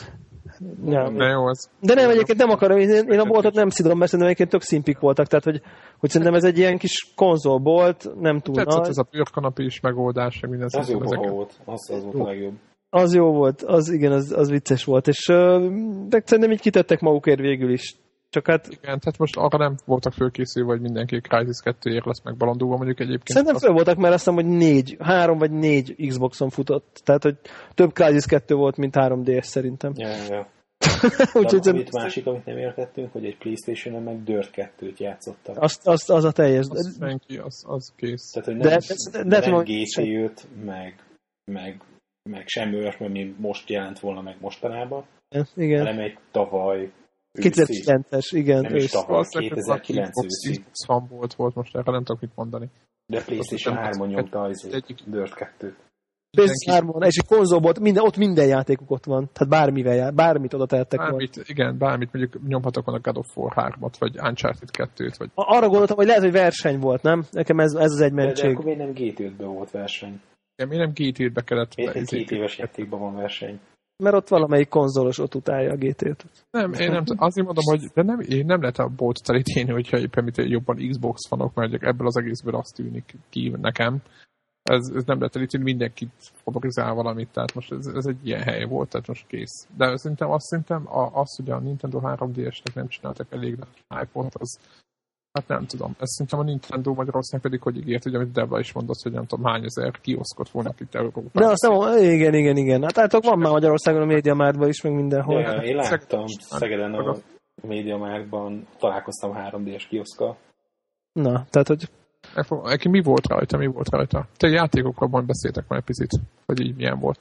Ja. De jó az. De nem, egyébként nem akarom, én, én a boltot nem szidom, mert szerintem egyébként tök szimpik voltak, tehát hogy, hogy szerintem ez egy ilyen kis konzolbolt, nem túl tetszett nagy. Ez a bőrkanapi is megoldás, minden az jó volt, az, az volt a legjobb. Az jó volt, az igen, az, az vicces volt, és de szerintem így kitettek magukért végül is. Csak hát... Igen, tehát most arra nem voltak fölkészülve, hogy mindenki Crysis kettőért lesz meg balandulva, mondjuk egyébként. Szerintem föl voltak, mert azt hiszem, hogy négy, három vagy négy Xboxon futott. Tehát, hogy több Crysis kettő volt, mint három dé-es szerintem. Ja, ja. Úgyhogy amit másik, amit nem értettünk, hogy egy PlayStation-on meg Dirt kettőt játszottak. Azt, azt, az a teljes. Az senki, az, az kész. Tehát, hogy nem, de, de, de, de nem gé té öt, meg, meg, meg semmi olyasmi, ami most jelent volna meg mostanában. Igen. Hanem egy tavaly kétezer-kilences, igen. Nem is tavaly, kétezer-kilenc őszi. Xbox volt, volt, most erre nem tudok mit mondani. De PlayStation hármon nyomta az Dirt kettőt. PlayStation hármon, és egy konzolból, minden, ott minden játékuk ott van. Tehát bármivel jár, bármit oda tehettek bármit, volna. Igen, bármit, mondjuk nyomhatok volna God of War hármat, vagy Uncharted kettőt. Vagy... Arra gondoltam, hogy lehet, hogy verseny volt, nem? Nekem ez, ez az egy mentség. De, de akkor miért nem gé té ötben volt verseny? Igen, miért nem gé té ötbe kellett... Miért egy két éves játékban van verseny? Mert ott valamelyik konzolos ott utálja a gé té ötöt. Nem, én nem azért mondom, hogy de nem, én nem lehet a boltot elítélni, hogyha éppen mit jobban Xbox fanok, mert ebből az egészből azt tűnik ki nekem. Ez, ez nem lehet elítélni, mindenkit favorizál valamit, tehát most ez, ez egy ilyen hely volt, tehát most kész. De szerintem azt szerintem, az, hogy a Nintendo három dé-esnek nem csináltak elég nagy hype-ot, az hát nem tudom. Ez szerintem a Nintendo Magyarország pedig, hogy ígért, hogy amit Debla is mondott, hogy nem tudom hány ezer kioszkot volna itt Európában. De azt nem, igen, igen, igen. Hát látok, van már Magyarországon a MediaMarktban is, meg mindenhol. Ja, én láttam Szegeden a MediaMarktban, találkoztam három dé-es kioszkkal. Na, tehát, hogy... Eki mi volt rajta, mi volt rajta? Te játékokról beszéltek már egy picit, hogy így milyen volt.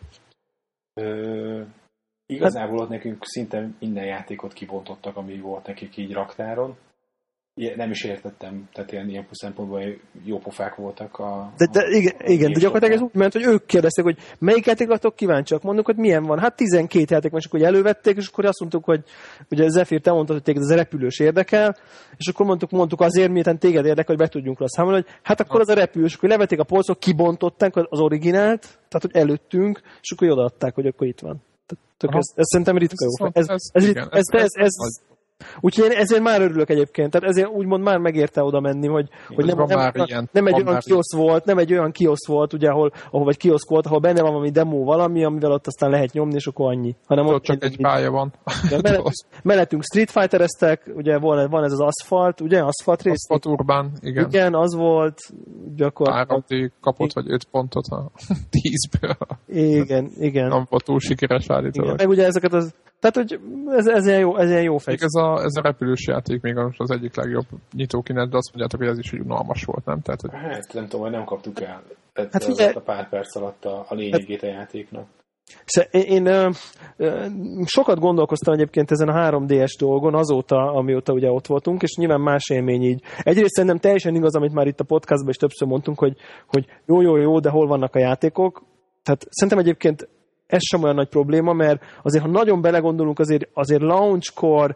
Ö, igazából ott nekünk szinte minden játékot kibontottak, ami volt nekik így raktáron. Nem is értettem, tehát ilyen, ilyen szempontból jó pofák voltak. A, de, de igen, a igen de gyakorlatilag ez úgy ment, hogy ők kérdezték, hogy melyik játéklatok kíváncsiak, mondjuk, hogy milyen van. Hát tizenkét játék, és akkor elővették, és akkor azt mondtuk, hogy ugye Zephyr, te mondtad, hogy téged ez a repülős érdekel, és akkor mondtuk, mondtuk azért, miután téged érdekel, hogy be tudjunk rá számolni, hogy hát akkor az a repülős, akkor levették a polcot, kibontották az originált, tehát hogy előttünk, és akkor odaadták, hogy akkor itt van. Tehát, ez, ez szerintem ritka jó. Ez, ez, ez, ez, ez, ez, ez, ez úgyhogy én ezért már örülök egyébként. Tehát ezért úgymond már megérte oda menni, hogy, hogy nem, nem, nem, nem egy olyan kiosz volt, nem egy olyan kiosz volt, ugye, ahol, ahol vagy kioszk volt, ahol benne van valami demo valami, amivel ott aztán lehet nyomni, és akkor annyi. Hanem ott csak egy pálya van. Mellettünk, mellettünk Street Fighter-eztek, ugye van, van ez az aszfalt, ugye, aszfalt rész? Aszfalt Urbán, igen. Igen, az volt gyakorlatilag. Áradé kapott vagy öt pontot a tízből. Igen, igen. Nem volt túl sikeres állítólag. Meg ugye ezeket az tehát, hogy ez, ez ilyen jó, ez ilyen jó fej. Ez a, ez a repülős játék még az egyik legjobb nyitókinet, de azt mondjátok, hogy ez is unalmas volt, nem? Tehát, hogy... Hát nem tudom, hogy nem kaptuk el. Tehát hát az ugye... a pár perc alatt a, a lényegét a játéknak. Én, én ö, ö, sokat gondolkoztam egyébként ezen a három dé-es dolgon azóta, amióta ugye ott voltunk, és nyilván más élmény így. Egyrészt szerintem teljesen igaz, amit már itt a podcastban is többször mondtunk, hogy, hogy jó, jó, jó, de hol vannak a játékok. Tehát szerintem egyébként ez sem olyan nagy probléma, mert azért, ha nagyon belegondolunk, azért, azért launchkor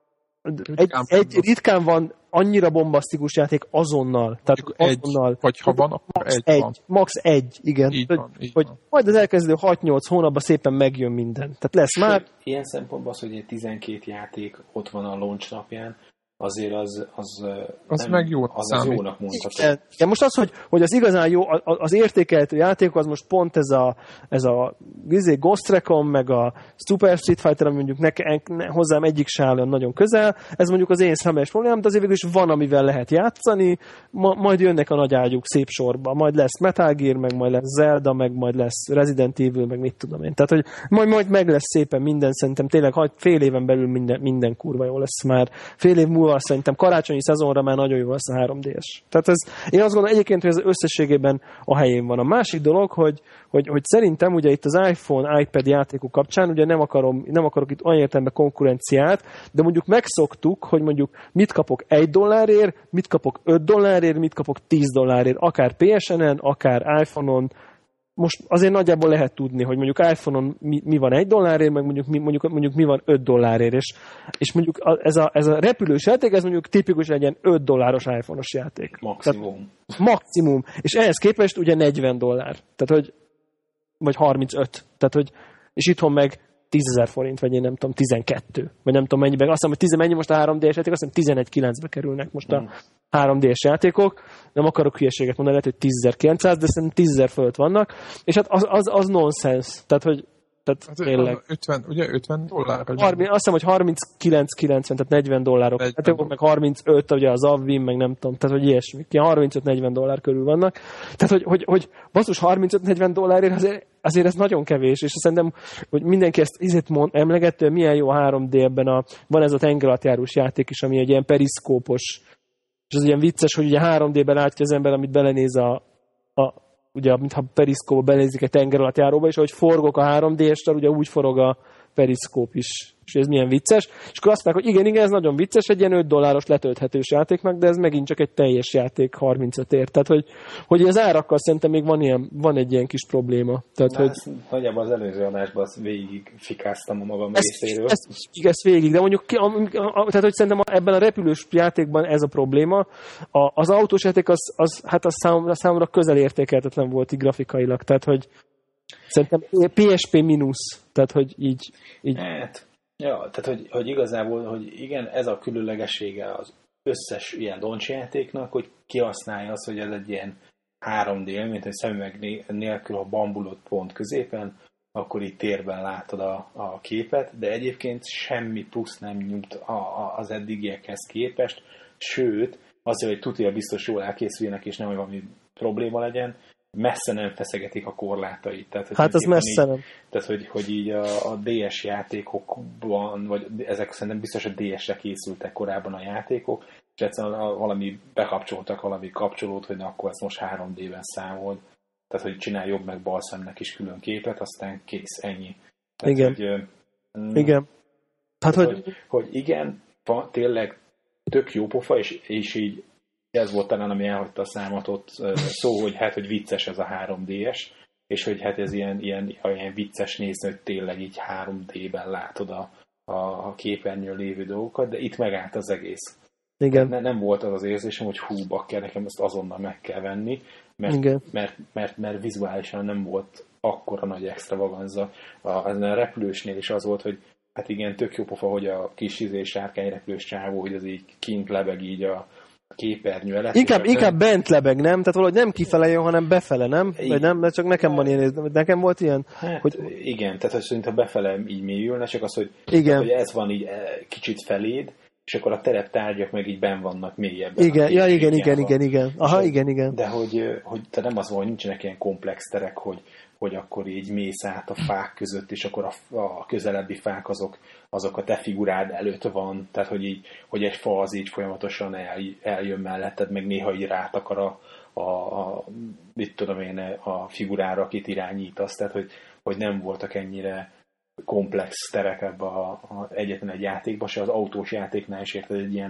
egy, egy ritkán van annyira bombasztikus játék azonnal. Tehát azonnal. Egy, vagy ha van, akkor max egy, egy van. Max egy, igen. Így hogy, van, így hogy van. majd az elkezdő hat-nyolc hónapban szépen megjön minden. Tehát lesz Sőt, már. Ilyen szempontból az, hogy egy tizenkét játék ott van a launch napján, azért az, az, az nem, meg jó az, az jónak mondható. Igen, most az, hogy, hogy az igazán jó, az értékelhető játék, az most pont ez a, ez a Ghost Recon, meg a Super Street Fighter, ami mondjuk ne, ne, hozzám egyik se áll nagyon közel, ez mondjuk az én személyes problémám, de azért végül is van, amivel lehet játszani, ma, majd jönnek a nagy ágyuk szép sorba, majd lesz Metal Gear, meg majd lesz Zelda, meg majd lesz Resident Evil, meg mit tudom én. Tehát, hogy majd, majd meg lesz szépen minden, szerintem tényleg fél éven belül minden, minden kurva jó lesz már. Fél év múlva szerintem karácsonyi szezonra már nagyon jó lesz a három dé es. Tehát ez, én azt gondolom egyébként, hogy ez összességében a helyén van. A másik dolog, hogy, hogy, hogy szerintem ugye itt az iPhone, iPad játékok kapcsán ugye nem, akarom, nem akarok itt olyan értelemben konkurenciát, de mondjuk megszoktuk, hogy mondjuk mit kapok egy dollárért, mit kapok öt dollárért, mit kapok tíz dollárért, akár pé es en-en, akár iPhone-on. Most azért nagyjából lehet tudni, hogy mondjuk iPhone-on mi, mi van egy dollárért, meg mondjuk mi, mondjuk, mondjuk mi van öt dollárért, és, és mondjuk ez a, ez a repülős játék, ez mondjuk tipikus legyen öt dolláros iPhone-os játék. Maximum. Tehát, maximum. És ehhez képest ugye negyven dollár. Tehát, hogy vagy harmincöt. Tehát, hogy és itthon meg tízezer forint, vagy én nem tudom, tizenkettő. Vagy nem tudom mennyiben. Azt hiszem, hogy tíz mennyi most a három dé es játék, azt hiszem tizenegy kilencbe kerülnek most a három dé es játékok. Nem akarok hülyeséget mondani, lehet, hogy tízezer-kilencszáz, de szerintem tízezer fölött vannak. És hát az, az, az nonsense. Tehát, hogy tehát hát tényleg. ötven, ugye ötven dollár? harminc, azt hiszem, hogy harminckilenc kilencven, tehát negyven dollárok. negyven Hát meg harmincöt, ugye az Avvin, meg nem tudom, tehát hogy ilyesmi. Ilyen harmincöt-negyven dollár körül vannak. Tehát, hogy, hogy, hogy basszus harmincöt-negyven dollárért azért, azért ez nagyon kevés, és szerintem, hogy mindenki ezt izét mond, emlegető, milyen jó a három dé ebben a, van ez a tengeralattjárós játék is, ami egy ilyen periszkópos, és az ilyen vicces, hogy ugye három dében látja az ember, amit belenéz a, a ugye, mintha periszkóba belenézik egy tengeralattjáróba, és ahogy forgok a három dé es-tel, ugye úgy forog a periszkóp is. És ez milyen vicces. És akkor azt mondják, hogy igen, igen, ez nagyon vicces, egy ilyen öt dolláros letölthetős játéknak, de ez megint csak egy teljes játék harmincötért. Tehát, hogy, hogy az árakkal szerintem még van, ilyen, van egy ilyen kis probléma. Tehát, de hogy... ezt nagyjából az előző adásban azt végig fikáztam a magam ezt, részéről. Ezt, ezt, ezt végig, de mondjuk ki, a, a, a, tehát, hogy szerintem ebben a repülős játékban ez a probléma. A, az autós játék az, az, hát az számomra, számomra közel értékeltetlen volt így grafikailag. Tehát, hogy szerintem pé es pé mínusz. Tehát, hogy így... így... Hát, ja, tehát, hogy, hogy igazából, hogy igen, ez a különlegessége az összes ilyen launch játéknak, hogy kihasználja az, hogy ez egy ilyen három dé élmény, hogy szemüveg nélkül, ha bambulott pont középen, akkor itt térben látod a, a képet, de egyébként semmi plusz nem nyújt a, a, az eddigiekhez képest, sőt, azért, hogy tudja biztos jól elkészüljenek, és nem, hogy valami probléma legyen, messze nem feszegetik a korlátait. Tehát, hát az messze így, nem. Tehát, hogy, hogy így a, a dé es játékokban, vagy ezek szerintem biztos, hogy dé esre készültek korábban a játékok, és egyszerűen valami bekapcsoltak valami kapcsolót, hogy na, akkor ezt most három dében számold. Tehát, hogy csinálj jobb meg bal szemnek is külön képet, aztán kész, ennyi. Tehát, igen. Hogy, mm, igen. Hát, tehát, hogy... hogy... hogy igen, van, tényleg tök jó pofa, és, és így ez volt talán, ami elhagyta a számot ott szó, hogy hát, hogy vicces ez a három dé es, és hogy hát ez ilyen, ilyen, ilyen vicces nézni, hogy tényleg így három dében látod a, a, a képernyőn lévő dolgokat, de itt megállt az egész. Igen. Ne, nem volt az az érzésem, hogy hú, bakker, nekem ezt azonnal meg kell venni, mert, mert, mert, mert, mert vizuálisan nem volt akkora nagy extravaganza. A, a repülősnél is az volt, hogy hát igen, tök jó pofa, hogy a kis izé sárkány repülős csávó, hogy az így kint lebeg így a képernyő előtt. Inkább, inkább bent lebeg, nem? Tehát valahogy nem kifele jön, hanem befele, nem? Vagy nem? De csak nekem van ilyen, nekem volt ilyen? Hát, hogy... igen, tehát hogy szerintem befele így mélyülne, csak az, hogy, igen. hogy ez van így kicsit feléd, és akkor a tereptárgyak meg így benn vannak mélyebben. Igen, ja, igen, igen, igen, igen. Aha, és igen, igen. De hogy, hogy te nem az van, hogy nincsenek ilyen komplex terek, hogy, hogy akkor így mész át a fák között, és akkor a, a közelebbi fák azok, azok a te figurád előtt van, tehát hogy, így, hogy egy fa az így folyamatosan el, eljön melletted, meg néha így rátakar a, a, a, mit tudom én, a figurára, akit irányítasz, tehát hogy, hogy nem voltak ennyire komplex terek ebbe a, a egyetlen egy játékban, se az autós játéknál is érted, egy ilyen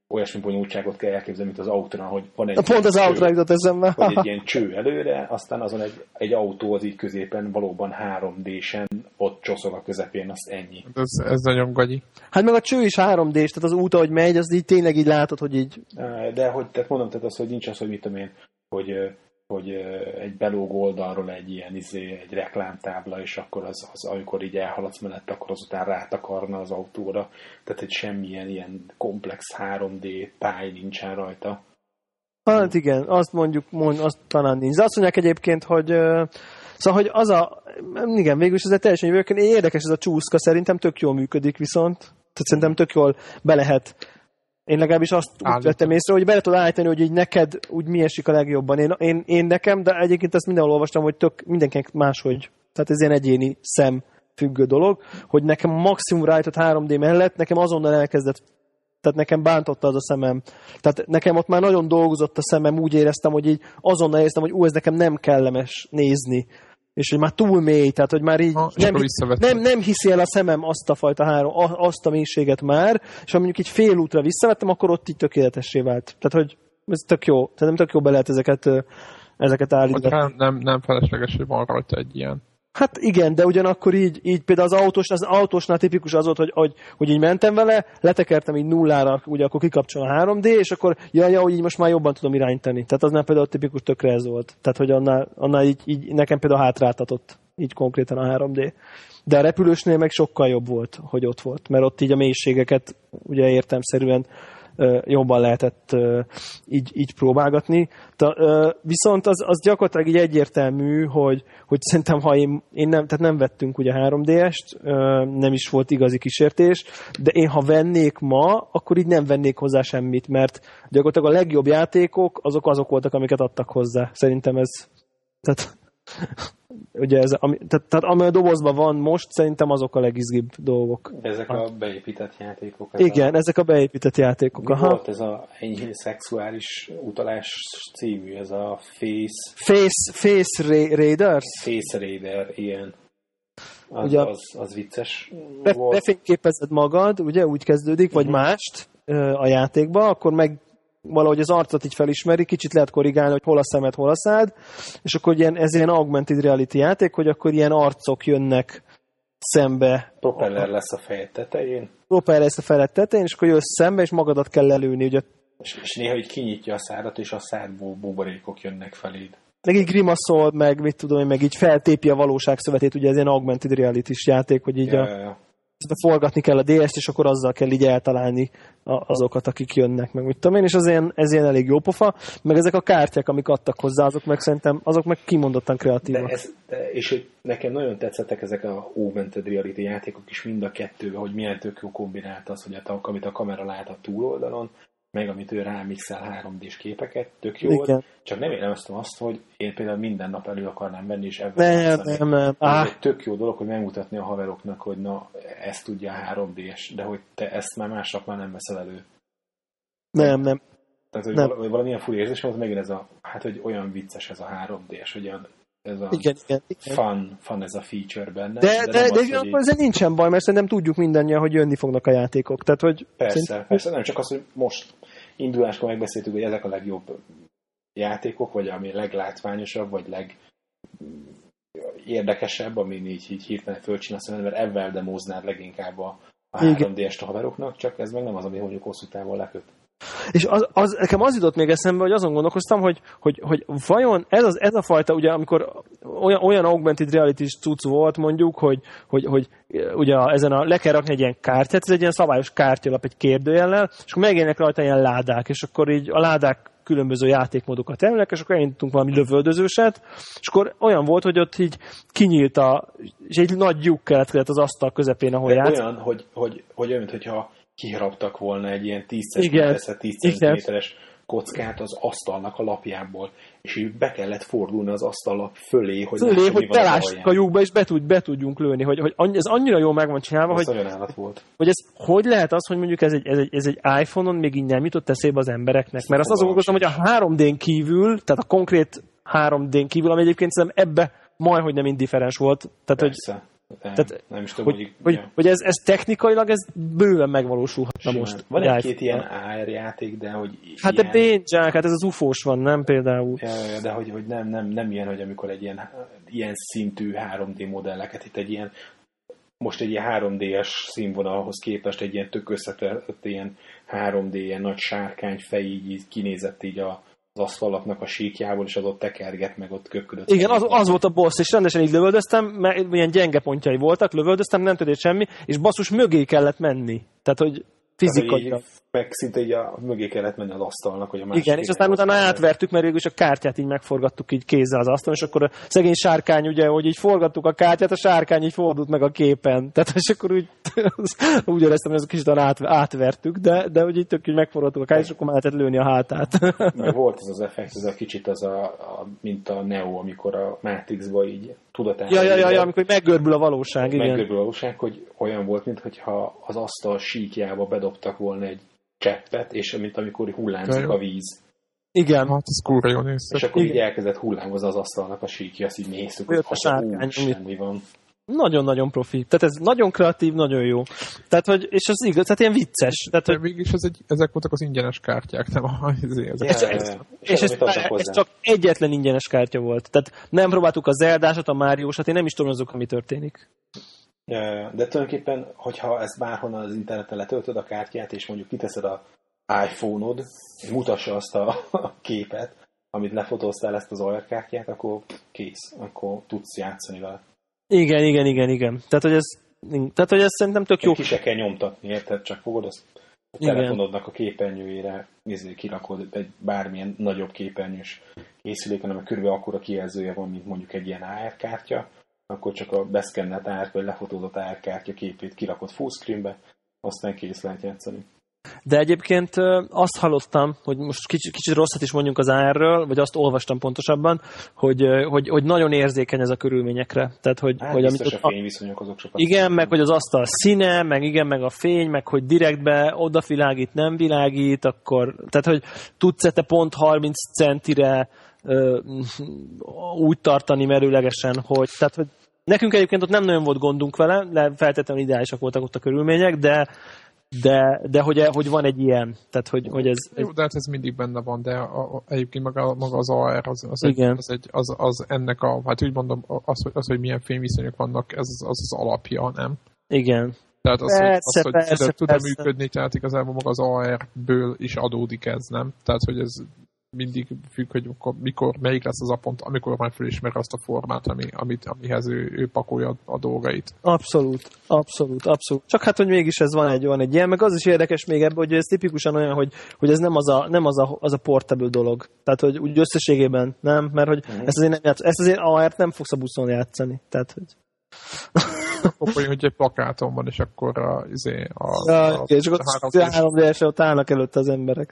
olyasmi bonyolultságot kell elképzelni, mint az autóra, hogy van egy... Pont az autóra jutott eszembe. Hogy egy ilyen cső előre, aztán azon egy, egy autó az így középen valóban három dé-sen ott csoszog a közepén, azt ennyi. Ez, ez nagyon gagyi. Hát meg a cső is három dés, tehát az út, ahogy megy, az így tényleg így látod, hogy így... De hogy, tehát mondom, tehát az, hogy nincs az, hogy mit tudom én, hogy, hogy egy belóg oldalról egy ilyen izé, egy reklámtábla, és akkor az, az, amikor így elhaladsz mellett, akkor azután rátakarna az autóra. Tehát egy semmilyen ilyen komplex három dé táj nincsen rajta. Hát igen, azt mondjuk, mond, azt talán nincs. De azt mondják egyébként, hogy szóval, hogy az a, igen, végülis ez egy teljesen jövőkön, érdekes ez a csúszka, szerintem tök jól működik viszont. Tehát szerintem tök jól be lehet. Én legalábbis azt úgy vettem észre, hogy bele tudod állítani, hogy így neked úgy mi esik a legjobban. Én, én, én nekem, de egyébként ezt mindenhol olvastam, hogy tök mindenkinek máshogy. Tehát ez ilyen egyéni szem függő dolog, hogy nekem maximum rájtott három dé mellett, nekem azonnal elkezdett, tehát nekem bántotta az a szemem. Tehát nekem ott már nagyon dolgozott a szemem, úgy éreztem, hogy így azonnal éreztem, hogy ú, ez nekem nem kellemes nézni. És hogy már túl mély, tehát hogy már így ha, nem, nem, nem hiszi el a szemem azt a fajta három, azt a mélységet már, és ha mondjuk így fél útra visszavettem, akkor ott így tökéletessé vált. Tehát, hogy ez tök jó. Tehát nem tök jó be lehet ezeket, ezeket állítani. Nem, nem, nem felesleges, hogy van rajta egy ilyen. Hát igen, de ugyanakkor így, így például az autós, az autósnál tipikus az volt, hogy, hogy, hogy így mentem vele, letekertem így nullára, ugye akkor kikapcsol a három dé, és akkor jaj, ja, hogy így most már jobban tudom irányítani. Tehát az nem például tipikus tökre ez volt. Tehát, hogy annál, annál így, így nekem például hátráltatott így konkrétan a három dé. De a repülősnél meg sokkal jobb volt, hogy ott volt, mert ott így a mélységeket ugye értelemszerűen jobban lehetett így, így próbálgatni. De, viszont az, az gyakorlatilag így egyértelmű, hogy, hogy szerintem, ha én, én nem, tehát nem vettünk ugye három dé-est, nem is volt igazi kísértés, de én ha vennék ma, akkor így nem vennék hozzá semmit, mert gyakorlatilag a legjobb játékok azok azok voltak, amiket adtak hozzá. Szerintem ez... Tehát, ugye ez, ami, tehát, tehát ami a dobozban van most, szerintem azok a legizgibb dolgok. Ezek a beépített játékok. Ez igen, a... ezek a beépített játékok. Mi aha. Volt ez a enyhén szexuális utalás című, ez a Face... Face, face Ra- Raiders? Face Raider, ilyen. Az, ugye, az, az vicces be, volt. Befényképezed magad, ugye, úgy kezdődik, vagy uh-huh. mást a játékba, akkor meg valahogy az arcot így felismeri, kicsit lehet korrigálni, hogy hol a szemed, hol a szád, és akkor ilyen, ez ilyen augmented reality játék, hogy akkor ilyen arcok jönnek szembe. Propeller lesz a fejed tetején. Propeller lesz a fejed tetején, és akkor jössz szembe, és magadat kell lelőni. Ugye. És, és néha így kinyitja a szádat, és a szádból buborékok jönnek feléd. Meg így grimaszol, meg mit tudom, meg így feltépi a valóság szövetét, ugye ez ilyen augmented reality-s játék, hogy így ja, a... ja, ja. forgatni kell a dé est, és akkor azzal kell így eltalálni azokat, akik jönnek, meg mit tudom én, és az ilyen, ez ilyen elég jó pofa, meg ezek a kártyák, amik adtak hozzá, azok meg szerintem, azok meg kimondottan kreatívak. De ez, de, és nekem nagyon tetszettek ezek a augmented reality játékok is mind a kettőben, hogy milyen tök jó kombinált az, hogy a, amit a kamera lát a túloldalon, meg amit ő rámixel három dés képeket, tök jó volt. Csak nem éreztem azt, hogy én például minden nap elő akarnám venni, és ebben nem, nem, nem. Ah. egy tök jó dolog, hogy megmutatni a haveroknak, hogy na, ezt tudja a három dés, de hogy te ezt már másnap már nem veszel elő. Nem, nem. Tehát, hogy nem. Val- valamilyen furi érzés volt, megint ez a, hát, hogy olyan vicces ez a három dés, hogy ez a igen, igen, igen. Fun, fun ez a feature benne. De, de, de, de az, így... ezzel nincsen baj, mert szerintem tudjuk mindannyian, hogy jönni fognak a játékok. Tehát, hogy persze, szerint... persze, nem csak az, hogy most induláskor megbeszéltük, hogy ezek a legjobb játékok, vagy ami leglátványosabb, vagy legérdekesebb, amin így, így hirtelen fölcsinálsz, mert ebben demóznád leginkább a, a három dé-est a haveroknak, csak ez meg nem az, ami mondjuk hosszú távon leköt. És az, az, nekem az jutott még eszembe, hogy azon gondolkoztam, hogy, hogy, hogy vajon ez, az, ez a fajta, ugye amikor olyan, olyan augmented reality-s cucc volt mondjuk, hogy, hogy, hogy ugye ezen a, le kell rakni egy ilyen kártyát, ez egy ilyen szabályos kártyalap egy kérdőjellel, és akkor megjelennek rajta ilyen ládák, és akkor így a ládák különböző játékmódokat emlek, és akkor elindítunk valami lövöldözőset, és akkor olyan volt, hogy ott így kinyílt a, és egy nagy lyuk kellett az asztal közepén, ahol játszott. Olyan, hogy, hogy, hogy olyan, hogyha kiharaptak volna egy ilyen tíz centiméteres kockát az asztalnak a lapjából, és így be kellett fordulni az asztallap fölé, hogy fölé, lássam, hogy belássuk a lyukba, és be, tud, be tudjunk lőni, hogy, hogy annyi, ez annyira jól meg van csinálva, ez hogy, volt. hogy ez hogy lehet az, hogy mondjuk ez egy, ez, egy, ez egy iPhone-on még így nem jutott eszébe az embereknek, mert azt azon gondoltam, hogy a három dén kívül, tehát a konkrét három dén kívül, ami egyébként szerintem ebbe majdhogy nem indifferens volt, tehát persze. hogy Nem, Tehát, nem is tudom, hogy, hogy, hogy, ja. hogy ez, ez technikailag ez bőven megvalósulhatna Simán. most. Van egy-két ilyen á er játék, de hogy hát ilyen... de pénzsák, hát ez az ufós van, nem például? Ja, ja, de hogy, hogy nem, nem, nem ilyen, hogy amikor egy ilyen, ilyen szintű három dé modelleket, itt egy ilyen most egy ilyen három dé-es színvonalhoz képest egy ilyen tök összetett ilyen három dé, ilyen nagy sárkány fej így, így kinézett így a, az asztalaknak a síkjából, és az ott tekerget, meg ott köpködött. Igen, az, az volt a boss, és rendesen így lövöldöztem, mert ilyen gyenge pontjai voltak, lövöldöztem, nem történt semmi, és basszus mögé kellett menni. Tehát, hogy fizikailag. Meg szinte így a, mögé kellett menni az asztalnak, hogy a másik. Igen, és aztán utána átvertük, mert végül is a kártyát így megforgattuk így kézzel az asztalon, és akkor a szegény sárkány, ugye, hogy így forgattuk a kártyát, a sárkány így fordult meg a képen. Tehát, és akkor úgy, úgy éreztem, hogy ez kicsit át, átvertük, de, de hogy így tök így megforgattuk a kártyát, és akkor már lehetett lőni a hátát. Meg volt ez az effekt, ez a kicsit az a, a mint a Neo, amikor a Matrixba így tudatán. Ja, ja, ja, ja, amikor meggörbül a valóság, igen. Meggörbül a valóság, hogy olyan volt, mintha az asztal síkjába bedobtak volna egy cseppet, és mint amikor hullámzik a víz. Igen. Hát ez kurva jól néztek. És akkor igen. így elkezdett hullámozni az asztalnak a síkja, azt így néztük, hogy a sárkány, semmi van. Nagyon-nagyon profi. Tehát ez nagyon kreatív, nagyon jó. Tehát, hogy, és az igaz, tehát ilyen vicces. Tehát, hogy... Mégis ez egy, ezek voltak az ingyenes kártyák, nem a... Ezek. És, ez, és, és ez, ez csak egyetlen ingyenes kártya volt. Tehát nem próbáltuk a Zeldásat, a Máriósat, én nem is tudom azok, ami történik. De tulajdonképpen, hogyha ezt bárhonnan az interneten letöltöd a kártyát, és mondjuk kiteszed a iPhone-od, és mutassa azt a képet, amit lefotóztál, ezt az á er kártyát, akkor kész, akkor tudsz játszani vele. Igen, igen, igen, igen. Tehát, hogy ez, tehát, hogy ez szerintem tök jó. Ki se kell nyomtatni, érted? Csak fogod azt a telefonodnak a képernyőjére, nézzél, kirakod egy bármilyen nagyobb képernyős készüléken, ami körülbelül akkora kijelzője van, mint mondjuk egy ilyen á er kártya, akkor csak a beszkennelt á er, vagy lefotózott á er kártya képét kirakod fullscreenbe, aztán kész lehet játszani. De egyébként azt hallottam, hogy most kicsit, kicsit rosszat is mondjunk az á er-ről, vagy azt olvastam pontosabban, hogy, hogy, hogy nagyon érzékeny ez a körülményekre. Tehát, hogy, hát hogy biztos amit a fényviszonyok azok sokat. Igen, szépen. Meg hogy az asztal színe, meg igen, meg a fény, meg hogy direktbe odavilágít, nem világít, akkor, tehát, hogy tudsz te pont harminc centire ö, úgy tartani merőlegesen, hogy, tehát, hogy nekünk egyébként ott nem nagyon volt gondunk vele, de feltétlenül ideálisak voltak ott a körülmények, de De, de hogy, hogy van egy ilyen, tehát hogy, hogy ez... Jó, de hát ez mindig benne van, de a, a, egyébként maga, maga az á er az, az, egy, az, egy, az, az ennek a, hát úgy mondom, az, az, hogy milyen fényviszonyok vannak, ez az az, az alapja, nem? Igen. Tehát az, persze, hogy, az, hogy persze, tud működni, tehát igazából maga az á er-ből is adódik ez, nem? Tehát, hogy ez mindig függ, hogy mikor, mikor melyik lesz az a pont, amikor már felismer azt a formát, ami, amit, amihez ő, ő pakolja a dolgait. Abszolút, abszolút, abszolút. Csak hát, hogy mégis ez van egy, van egy ilyen, meg az is érdekes még ebben, hogy ez tipikusan olyan, hogy, hogy ez nem az a, nem az a, az a portable dolog. Tehát, hogy úgy összességében nem, mert hogy mm. ezt azért nem játsz, ezt azért á er-t nem fogsz a buszon játszani. Tehát, hogy... Akkor, hogy egy plakáton van, és akkor a, izé, a, ja, a, és akkor a három dé-esre ott állnak előtte az emberek.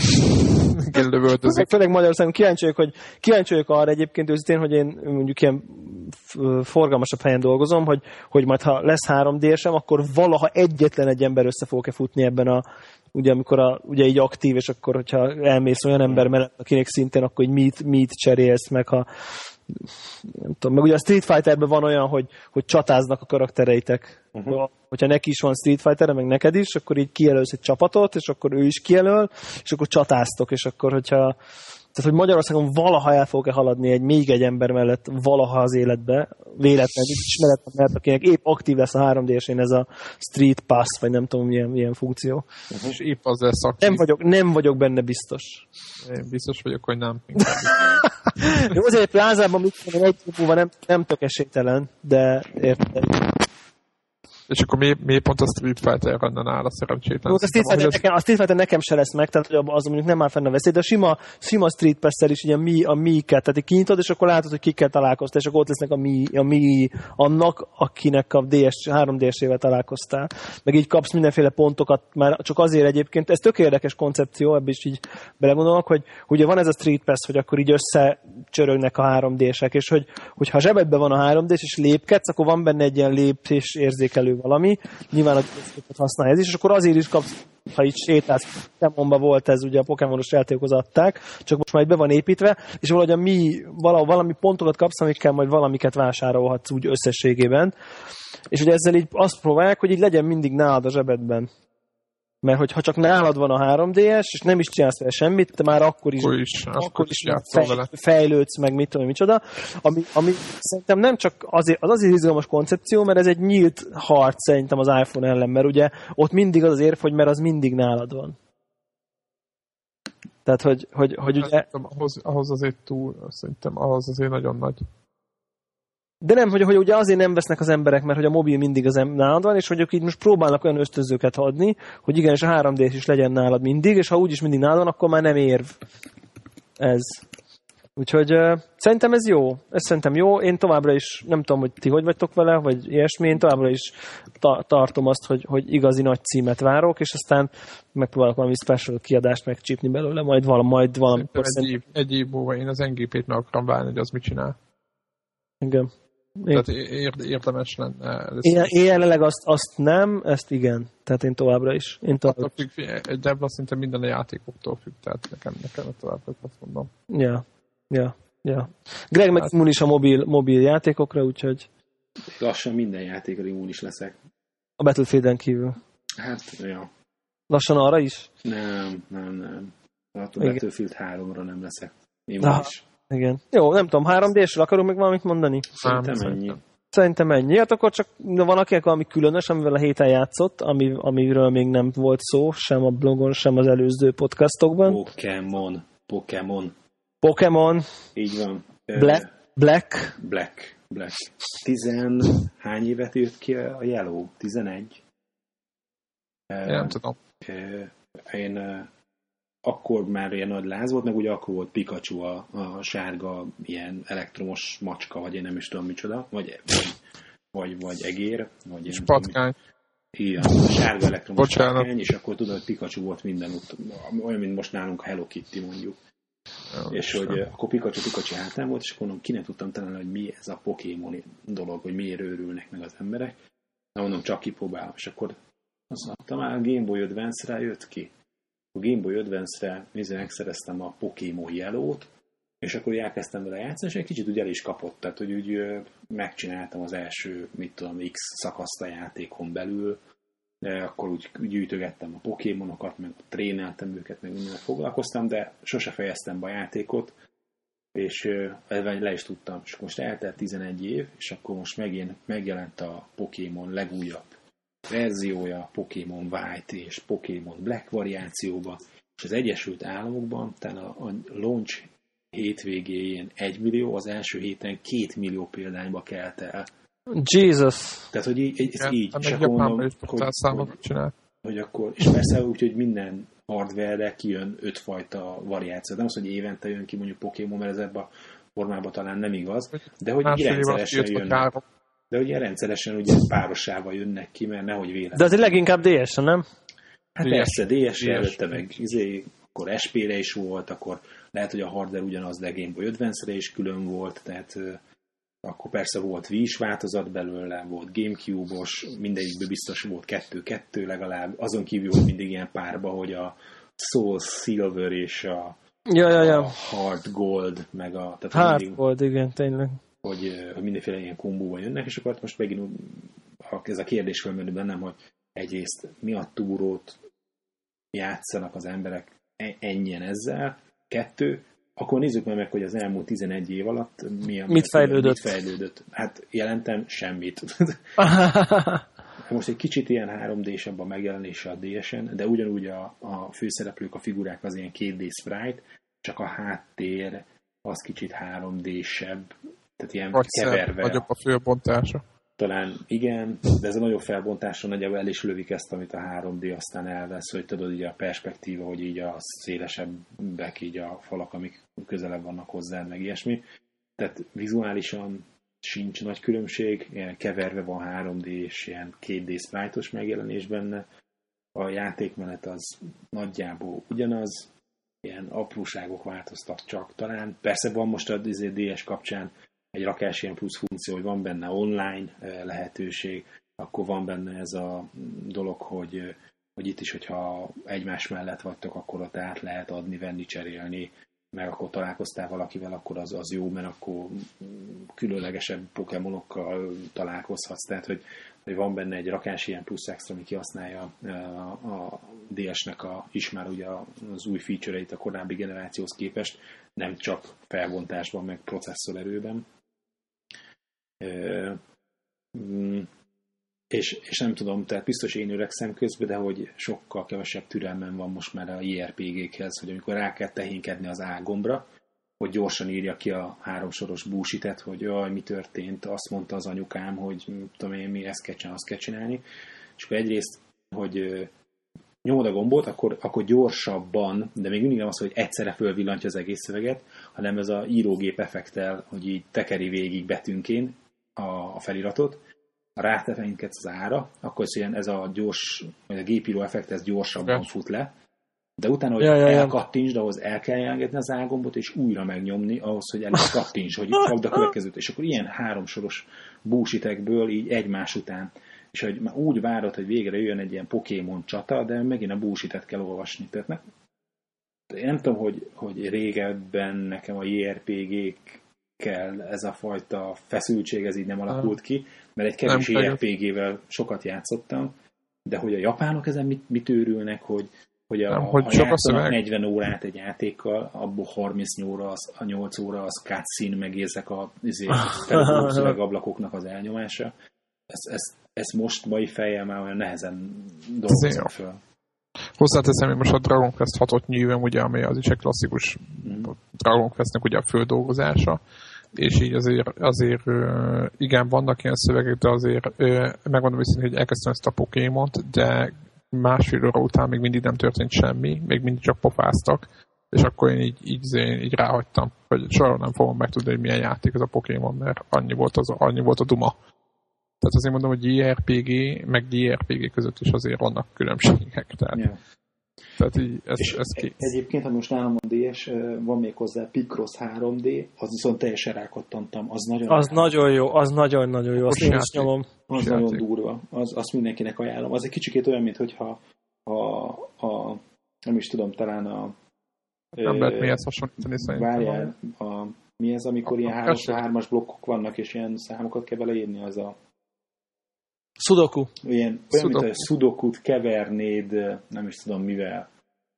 Tehát... Főleg Magyarországon kíváncsi vagyok, hogy kíváncsi vagyok arra egyébként őszintén, hogy én mondjuk ilyen forgalmasabb helyen dolgozom, hogy, hogy majd ha lesz három dé-esem, akkor valaha egyetlen egy ember össze fog-e futni ebben a, ugye amikor a, ugye így aktív, és akkor hogyha elmész olyan ember mellett, akinek szintén akkor így meet, meet cserélsz, meg ha nem tudom, meg ugye a Street Fighterben van olyan, hogy, hogy csatáznak a karaktereitek. Uh-huh. Hogyha neki is van Street Fighter, meg neked is, akkor így kijelölsz egy csapatot, és akkor ő is kijelöl, és akkor csatáztok, és akkor hogyha tehát, hogy Magyarországon valaha el fog-e haladni egy még egy ember mellett valaha az életbe, véletlenül ismeretlen, mert akinek épp aktív lesz a három dé-esén ez a Street Pass, vagy nem tudom, milyen, milyen funkció. Uh-huh. És épp az lesz aktív. Nem vagyok, nem vagyok benne biztos. Én biztos vagyok, hogy nem. Jó, azért plázában mit mondom, egy múlva nem, nem tök esélytelen, de érted. És akkor mi, mi pont a Street Fighter lenne áll a szerencsétlen? Jó, a Street Fighter, nekem, a Street Fighter nekem se lesz meg, tehát hogy az mondjuk nem áll fenn a veszély, de a sima, sima Street Pass-szel is ugye a mi, a mi-ket, tehát kinyitod, és akkor látod, hogy kikkel találkoztál, és akkor ott lesznek a mi, a mi annak, akinek a dé es, három dé-esével találkoztál. Meg így kapsz mindenféle pontokat, már csak azért egyébként, ez tök érdekes koncepció, ebből is így belegondolok, hogy ugye van ez a Street Pass, hogy akkor így összecsörögnek a három dé-esek, és hogy, hogy ha zsebedben van a három dé-es, és lépkedsz, akkor van benne egy ilyen lépés érzékelő megfelelő valami. Nyilván a gyroszkópot használja ez is, és akkor azért is kapsz, ha így sétálsz, Pokémonban volt ez, ugye a Pokémonos játékhoz adták, csak most már be van építve, és valahogy a mi, valami pontokat kapsz, amikkel majd valamiket vásárolhatsz úgy összességében. És ugye ezzel így azt próbálják, hogy így legyen mindig nálad a zsebedben. Mert hogyha csak nálad van a három dé es, és nem is csinálsz vele semmit, te már akkor is, akkor is, akkor akkor is, is fej, vele. fejlődsz, meg mit tudom, micsoda. Ami, ami szerintem nem csak azért, az azért izgalmas koncepció, mert ez egy nyílt harc szerintem az iPhone ellen, mert ugye ott mindig az az érv, hogy mert az mindig nálad van. Tehát, hogy, hogy, hogy ugye... Ahhoz, ahhoz azért túl, szerintem ahhoz azért nagyon nagy. De nem, hogy, hogy ugye azért nem vesznek az emberek, mert hogy a mobil mindig az em- nálad van, és hogy ők így most próbálnak olyan ösztönzőket adni, hogy igenis a három dé es is legyen nálad mindig, és ha úgyis mindig nálad van, akkor már nem érv ez. Úgyhogy uh, szerintem ez jó. Ez szerintem jó. Én továbbra is, nem tudom, hogy ti hogy vagytok vele, vagy ilyesmi, én továbbra is ta- tartom azt, hogy, hogy igazi nagy címet várok, és aztán megpróbálok valami special kiadást megcsípni belőle, majd, vala, majd valamikor. Egy, szerint... év, egy év múlva én az en gé pét meg akarom válni, hogy az mit csinál. Igen. Tehát érd, érdemes lenne. Én, én jelenleg azt, azt nem, ezt igen. Tehát én továbbra is. Én továbbra is. Függ, de ebben szinte minden a játékoktól függ, tehát nekem, nekem továbbra is azt mondom. Ja, ja, ja. Greg meg immun is a mobil, mobil játékokra, úgyhogy... Lassan minden játékra immunis leszek. A Battlefielden kívül. Hát, ja. Lassan arra is? Nem, nem, nem. Hát a igen. Battlefield háromra nem leszek immunis. Ah, igen. Jó, nem tudom, három dé-sről akarunk még valamit mondani? Szerintem ennyi. Szerintem ennyi. Hát akkor csak van akinek valami különös, amivel a héten játszott, ami, amiről még nem volt szó, sem a blogon, sem az előző podcastokban. Pokémon. Pokémon. Pokémon. Így van. Black. Black. Black. Black. Tizen... Hány évet jött ki a Yellow? Tizenegy? Én nem tudom. Én akkor már ilyen nagy láz volt, meg ugye akkor volt Pikachu a, a sárga ilyen elektromos macska, vagy én nem is tudom micsoda, vagy, vagy, vagy, vagy egér, vagy és patkány. Igen, a sárga elektromos patkány, és akkor tudod, hogy Pikachu volt mindenütt, olyan, mint most nálunk a Hello Kitty mondjuk. Ja, és hogy sem. Akkor Pikachu, Pikachu hátán volt, és akkor mondom, ki nem tudtam találni, hogy mi ez a Pokémon dolog, hogy miért őrülnek meg az emberek. Na mondom, csak kipróbálom, és akkor azt mondtam, már a Game Boy Advance-re jött ki. A Game Boy Advance-re megszereztem a Pokémon Yellow-t, és akkor elkezdtem vele játszani, és egy kicsit úgy el is kapott, tehát hogy úgy megcsináltam az első, mit tudom, X szakaszt a játékon belül, de akkor úgy gyűjtögettem a Pokémonokat, meg tréneltem őket, meg mindennel foglalkoztam, de sose fejeztem be a játékot, és le is tudtam. És most eltelt tizenegy év, és akkor most megint megjelent a Pokémon legújabb verziója, Pokémon White és Pokémon Black variációba, és az Egyesült Államokban talán a, a launch hétvégéjén egy millió, az első héten két millió példányba kelt el. Jesus! Tehát, hogy így, ez ja, így, és akkor mondom, hogy, hogy, hogy akkor, és persze úgy, hogy minden hardware-re kijön ötfajta variáció. Nem az, hogy évente jön ki mondjuk Pokémon, mert ez ebben a formában talán nem igaz, de hogy így rendszeresen jönnek. De ugye rendszeresen ugye párosával jönnek ki, mert nehogy véletlenül. De azért leginkább dé es-en, nem? Hát persze, dé es-re előtte meg izé, akkor es pé-re is volt, akkor lehet, hogy a hardware ugyanaz, de Game Boy Advance-re is külön volt, tehát uh, akkor persze volt Wii-s változat belőle, volt Gamecube-os, mindegyikből biztos volt kettő-kettő legalább, azon kívül volt mindig ilyen párba, hogy a Soul Silver és a, ja, ja, ja. a Hard Gold, meg a... Tehát Hard mindig, Gold, igen, tényleg. Hogy, hogy mindenféle ilyen kombóban jönnek, és akkor most megint ez a kérdés felmerül bennem, hogy egyrészt mi a túrót játszanak az emberek ennyien ezzel, kettő, akkor nézzük meg, hogy az elmúlt tizenegy év alatt mi a, mit, fejlődött? mit fejlődött. Hát jelentem semmit. Most egy kicsit ilyen három dé-sebb a megjelenése a dé es-en, de ugyanúgy a, a főszereplők, a figurák az ilyen két dé sprite, csak a háttér az kicsit három dé-sebb, tehát ilyen vagy keverve. Nagyobb a főbontása. Talán igen, de ez a nagyobb felbontásra nagyjából el is lövik ezt, amit a három dé aztán elvesz, hogy tudod, így a perspektíva, hogy így a szélesebbek, így a falak, amik közelebb vannak hozzá, meg ilyesmi. Tehát vizuálisan sincs nagy különbség, ilyen keverve van három dé és ilyen két dé sprite-os megjelenés benne. A játékmenet az nagyjából ugyanaz, ilyen apróságok változtak csak talán. Persze van most a dé es kapcsán egy rakás ilyen plusz funkció, hogy van benne online lehetőség, akkor van benne ez a dolog, hogy, hogy itt is, hogyha egymás mellett vagytok, akkor ott át lehet adni, venni, cserélni, meg akkor találkoztál valakivel, akkor az, az jó, mert akkor különlegesebb pokémonokkal találkozhatsz. Tehát, hogy, hogy van benne egy rakás ilyen plusz extra, ami kihasználja a, a dé es-nek a, is már ugye az új feature-eit a korábbi generációhoz képest, nem csak felbontásban, meg processzorerőben. És, és nem tudom, tehát biztos én öregszem közben, de hogy sokkal kevesebb türelmem van most már a i er pé gé-khez, hogy amikor rá kell tehénkedni az A gombra, hogy gyorsan írja ki a háromsoros bullshit-et, hogy jaj, mi történt, azt mondta az anyukám, hogy tudom én, mi ezt kell csinálni, azt kell csinálni. És akkor egyrészt, hogy nyomod a gombot, akkor, akkor gyorsabban, de még mindig nem az, hogy egyszerre fölvillantja az egész szöveget, hanem ez a írógép effektel, hogy így tekeri végig betűnként a, a feliratot, ha rátekinkedsz az ára, akkor ez, ilyen, ez a gyors, vagy a gépíró effekt, ez gyorsabban yes. fut le, de utána, hogy ja, ja, ja. elkattintsd, ahhoz el kell engedni az A gombot, és újra megnyomni, ahhoz, hogy elkattintsd, hogy kapd a következőt, és akkor ilyen háromsoros bullshitekből így egymás után, és hogy már úgy várod, hogy végre jöjjön egy ilyen Pokémon csata, de megint a bullshitet kell olvasni. Tehát ne, én nem tudom, hogy, hogy régebben nekem a i er pé gé-kkel ez a fajta feszültség, ez így nem alakult ki, mert egy kevés i er pé gé-vel sokat játszottam, de hogy a japánok ezen mit, mit őrülnek, hogy, hogy a, nem, hogy ha játszanak negyven órát egy játékkal, abból harmincnyolc óra, az, a nyolc óra az cutscene, meg ezek a felhúzó szövegablakoknak az elnyomása. Ez, ez, ez most mai fejjel már olyan nehezen dolgozom föl. Hozzáteszem, hogy most a Dragon Quest hatot nyűvöm, ugye, ami az is egy klasszikus mm. Dragon Questnek ugye a földolgozása, és így azért, azért igen, vannak ilyen szövegek, de azért megmondom őszintén, hogy elkezdtem ezt a Pokémont, de másfél óra után még mindig nem történt semmi, még mindig csak pofáztak, és akkor én így, így, így ráhagytam, hogy soha nem fogom megtudni, hogy milyen játék ez a Pokémon, mert annyi volt, az, annyi volt a duma. Tehát azért mondom, hogy i er pé gé, meg i er pé gé között is azért vannak különbségek. Tehát, yeah. tehát így ez, ez kész. Egyébként, ha most nálam a dé es, van még hozzá Picross három dé, az viszont teljesen rákattantam. Az nagyon, az nagyon jó, az nagyon-nagyon jó, azt én is nyomom. Az nagyon játék. Durva, az, azt mindenkinek ajánlom. Az egy kicsikét olyan, mint hogyha a, a, nem is tudom, talán a... Nem lehet mihez hasonlítani szerintem. Várjál, a, mi ez, amikor a, ilyen hármas blokkok vannak, és ilyen számokat kell beleírni, az a... Sudoku. Ilyen, olyan, Sudoku. Mint a Sudokut kevernéd, nem is tudom mivel.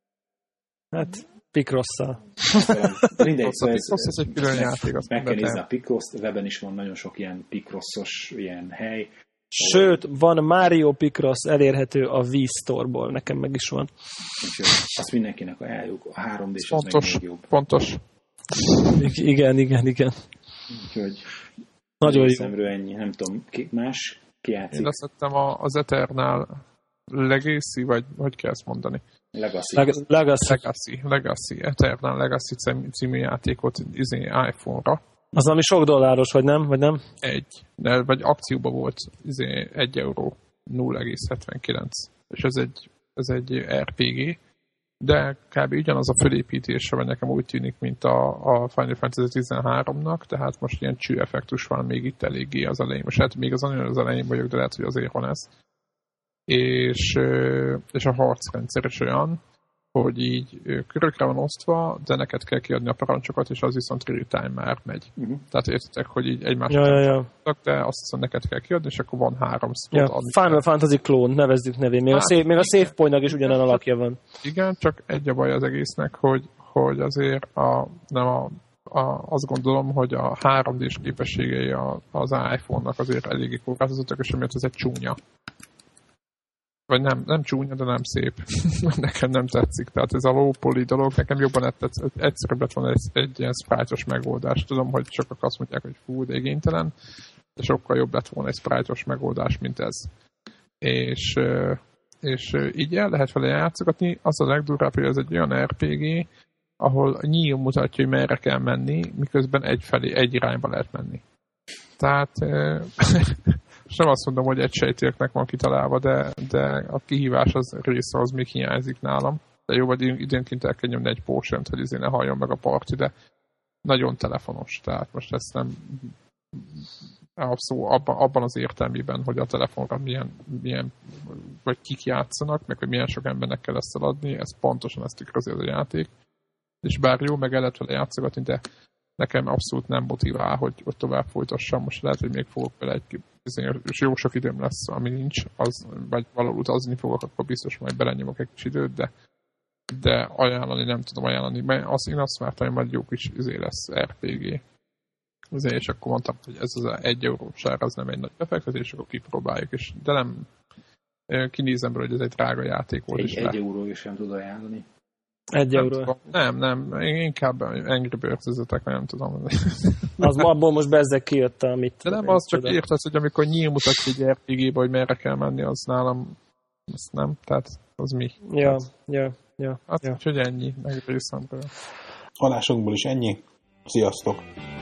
Hát, Picrosszal. Mindegy, szóval ez, ez, ez egy külön játék. Meg kell nézni a Picross, webben is van nagyon sok ilyen Picrossos ilyen hely. Sőt, van Mario Picross elérhető a Wii Store-ból, nekem meg is van. Úgyhogy azt mindenkinek ajánljuk, a három dé-s az meg még jobb. Pontos. Igen, igen, igen. Úgyhogy nagyon jó. Szemről ennyi, nem tudom, ki más kijátszik. Én azt hittem az Eternal Legacy, vagy hogy kell ezt mondani? Legacy. Legacy. Legacy. Legacy. Eternal Legacy című játékot izé iPhone-ra. Az ami sok dolláros, vagy nem? Vagy nem? Egy. De, vagy akcióban volt izé egy euró nulla egész hetvenkilenc. És ez egy, ez egy er pé gé. De kb. Ugyanaz a fölépítése, vagy nekem úgy tűnik, mint a, a Final Fantasy tizenháromnak, tehát most ilyen cső effektus van még itt eléggé az elején. Most hát még az nagyon az elején vagyok, de lehet, hogy azért van ez. És, és a harcrendszer is olyan, hogy így körökre van osztva, de neked kell kiadni a parancsokat, és az viszont real-time már megy. Uh-huh. Tehát értitek, hogy így egymás ja, ja, ja. Tudtak, de azt hiszem neked kell kiadni, és akkor van három slot. Ja, Final Fantasy klón, nevezzük nevén. Még hát, a, save, még a save point-nak is ugyanen alakja van. Igen, csak egy a baj az egésznek, hogy, hogy azért a, nem a, a, azt gondolom, hogy a három dés képességei az iPhone-nak azért eléggé korlátozottak, és emiatt ez egy csúnya. Vagy nem, nem csúnya, de nem szép. Nekem nem tetszik. Tehát ez a low poly dolog, nekem jobban tetsz, egyszerűbb lett volna egy, egy ilyen sprite-os megoldás. Tudom, hogy sokak azt mondják, hogy fú, de igénytelen, de sokkal jobb lett volna egy sprite-os megoldás, mint ez. És, és így el lehet vele játszogatni. Az a legdurvább, hogy ez egy olyan er pé gé, ahol nyíl mutatja, hogy merre kell menni, miközben egyfelé, egy irányba lehet menni. Tehát... És nem azt mondom, hogy egy sejtérknek van kitalálva, de, de a kihívás az része az még hiányzik nálam. De jó, vagy időnként el kell nyomni egy potion-t, hogy ezért ne halljon meg a parti, de nagyon telefonos. Tehát most ezt nem Abszolút abban, abban az értelmében, hogy a telefonra milyen, milyen, vagy kik játszanak, meg hogy milyen sok embernek kell ezt eladni, ez pontosan ezt tükrözi az a játék. És bár jó, meg el lehet vele játszogatni, de nekem abszolút nem motivál, hogy, hogy tovább folytassam. Most lehet, hogy még fogok vele egy és jó sok időm lesz, ami nincs, az, vagy valahol utazni fogok, akkor biztos majd belenyomok egy kis időt, de, de ajánlani nem tudom ajánlani, mert az, én azt vártam, hogy majd jó kis izé lesz er pé gé. Azért, és akkor mondtam, hogy ez az egy eurós ár, az nem egy nagy befektetés, akkor kipróbáljuk, és de nem kinézem belőle, hogy ez egy drága játék volt. Egy, egy euró is sem tud ajánlani. Egy nem euró. Tudom. Nem, nem, én inkább Angry Birds-ezetek, nem tudom. Az abból most bezzeg kijött, amit... De nem, az csak érted, hogy amikor nyíl mutatsz egy er pé gébe, hogy merre kell menni, az nálam, azt nem, tehát az mi. Ja, ja, ja. Hát, ja. Úgyhogy ennyi, meg részemről. Adásokból is ennyi. Sziasztok!